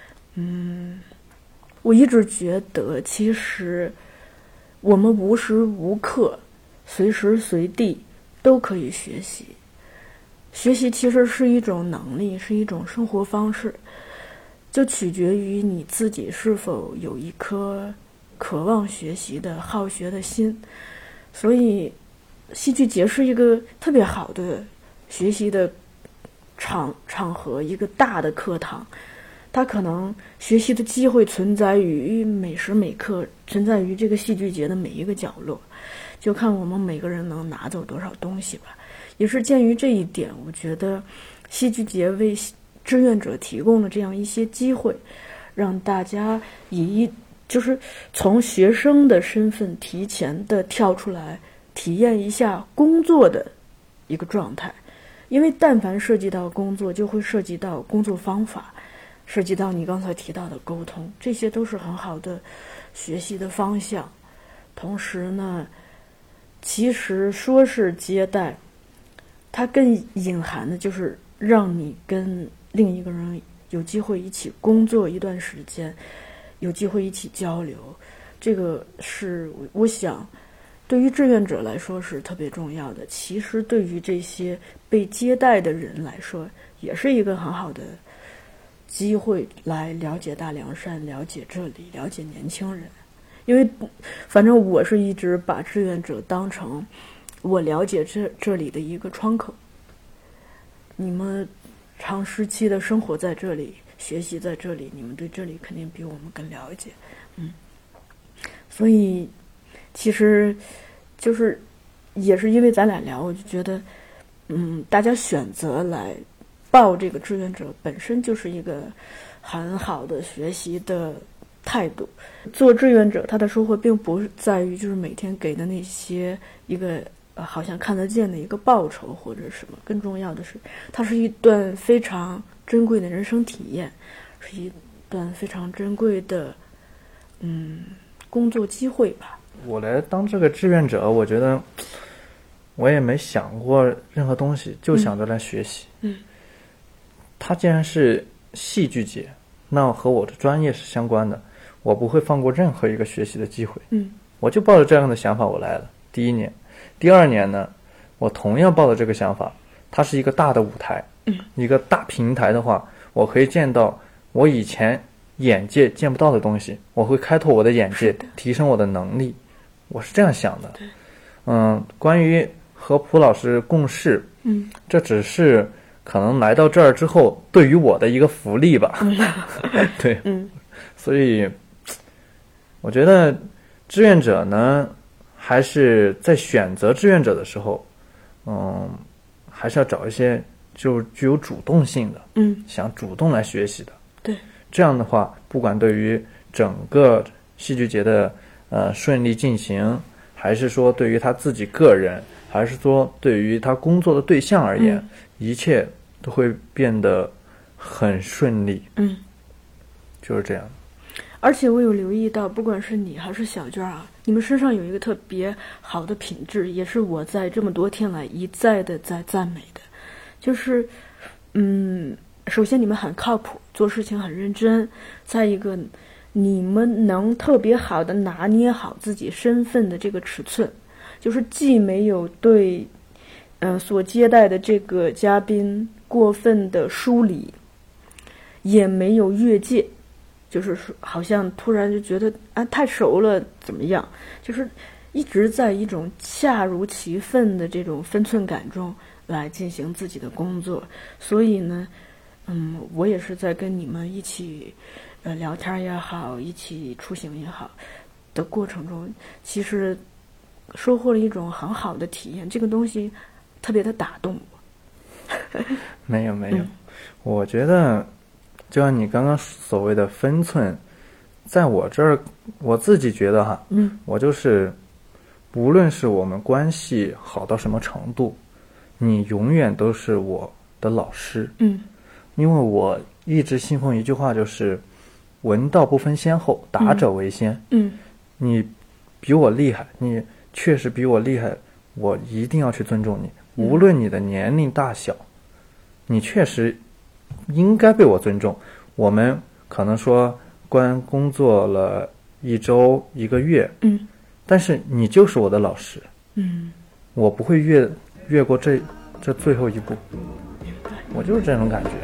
我一直觉得其实我们无时无刻随时随地都可以学习，学习其实是一种能力，是一种生活方式，就取决于你自己是否有一颗渴望学习的好学的心。所以戏剧节是一个特别好的学习的场合，一个大的课堂。它可能学习的机会存在于每时每刻，存在于这个戏剧节的每一个角落，就看我们每个人能拿走多少东西吧。也是鉴于这一点，我觉得戏剧节为志愿者提供了这样一些机会，让大家就是从学生的身份提前的跳出来，体验一下工作的一个状态。因为但凡涉及到工作，就会涉及到工作方法，涉及到你刚才提到的沟通，这些都是很好的学习的方向。同时呢，其实说是接待，它更隐含的就是让你跟另一个人有机会一起工作一段时间，有机会一起交流。这个是我想对于志愿者来说是特别重要的，其实对于这些被接待的人来说也是一个很好的机会，来了解大凉山，了解这里，了解年轻人。因为反正我是一直把志愿者当成我了解这里的一个窗口。你们长时期的生活在这里，学习在这里，你们对这里肯定比我们更了解。所以其实就是也是因为咱俩聊，我就觉得大家选择来报这个志愿者本身就是一个很好的学习的态度。做志愿者他的收获并不在于就是每天给的那些一个好像看得见的一个报酬或者什么，更重要的是它是一段非常珍贵的人生体验，是一段非常珍贵的工作机会吧。 我来当这个志愿者，我觉得我也没想过任何东西，就想着来学习。它既然是戏剧节，那和我的专业是相关的，我不会放过任何一个学习的机会。我就抱着这样的想法我来了。第一年，第二年呢，我同样抱着这个想法，它是一个大的舞台，一个大平台的话，我可以见到我以前眼界见不到的东西，我会开拓我的眼界，提升我的能力。我是这样想的。关于和蒲老师共事，这只是可能来到这儿之后对于我的一个福利吧。对，所以我觉得志愿者呢，还是在选择志愿者的时候，还是要找一些就具有主动性的，想主动来学习的。 对， 这样的话，不管对于整个戏剧节的顺利进行，还是说对于他自己个人，还是说对于他工作的对象而言，一切都会变得很顺利。就是这样。 而且我有留意到，不管是你还是小娟啊，你们身上有一个特别好的品质，也是我在这么多天来一再的在赞美的，就是首先你们很靠谱，做事情很认真，再一个你们能特别好的拿捏好自己身份的这个尺寸，就是既没有对所接待的这个嘉宾过分的疏离，也没有越界，就是说好像突然就觉得太熟了怎么样，就是一直在一种恰如其分的这种分寸感中来进行自己的工作。所以呢我也是在跟你们一起聊天也好，一起出行也好的过程中，其实收获了一种很好的体验，这个东西特别的打动我。 没有，我觉得就像你刚刚所谓的分寸，在我这儿我自己觉得我就是无论是我们关系好到什么程度，你永远都是我的老师。因为我一直信奉一句话，就是闻道不分先后，达者为先。你比我厉害，你确实比我厉害，我一定要去尊重你，无论你的年龄大小，你确实应该被我尊重。我们可能说工作了1周1个月，但是你就是我的老师，我不会越过这最后一步，我就是这种感觉。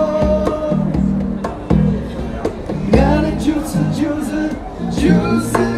就是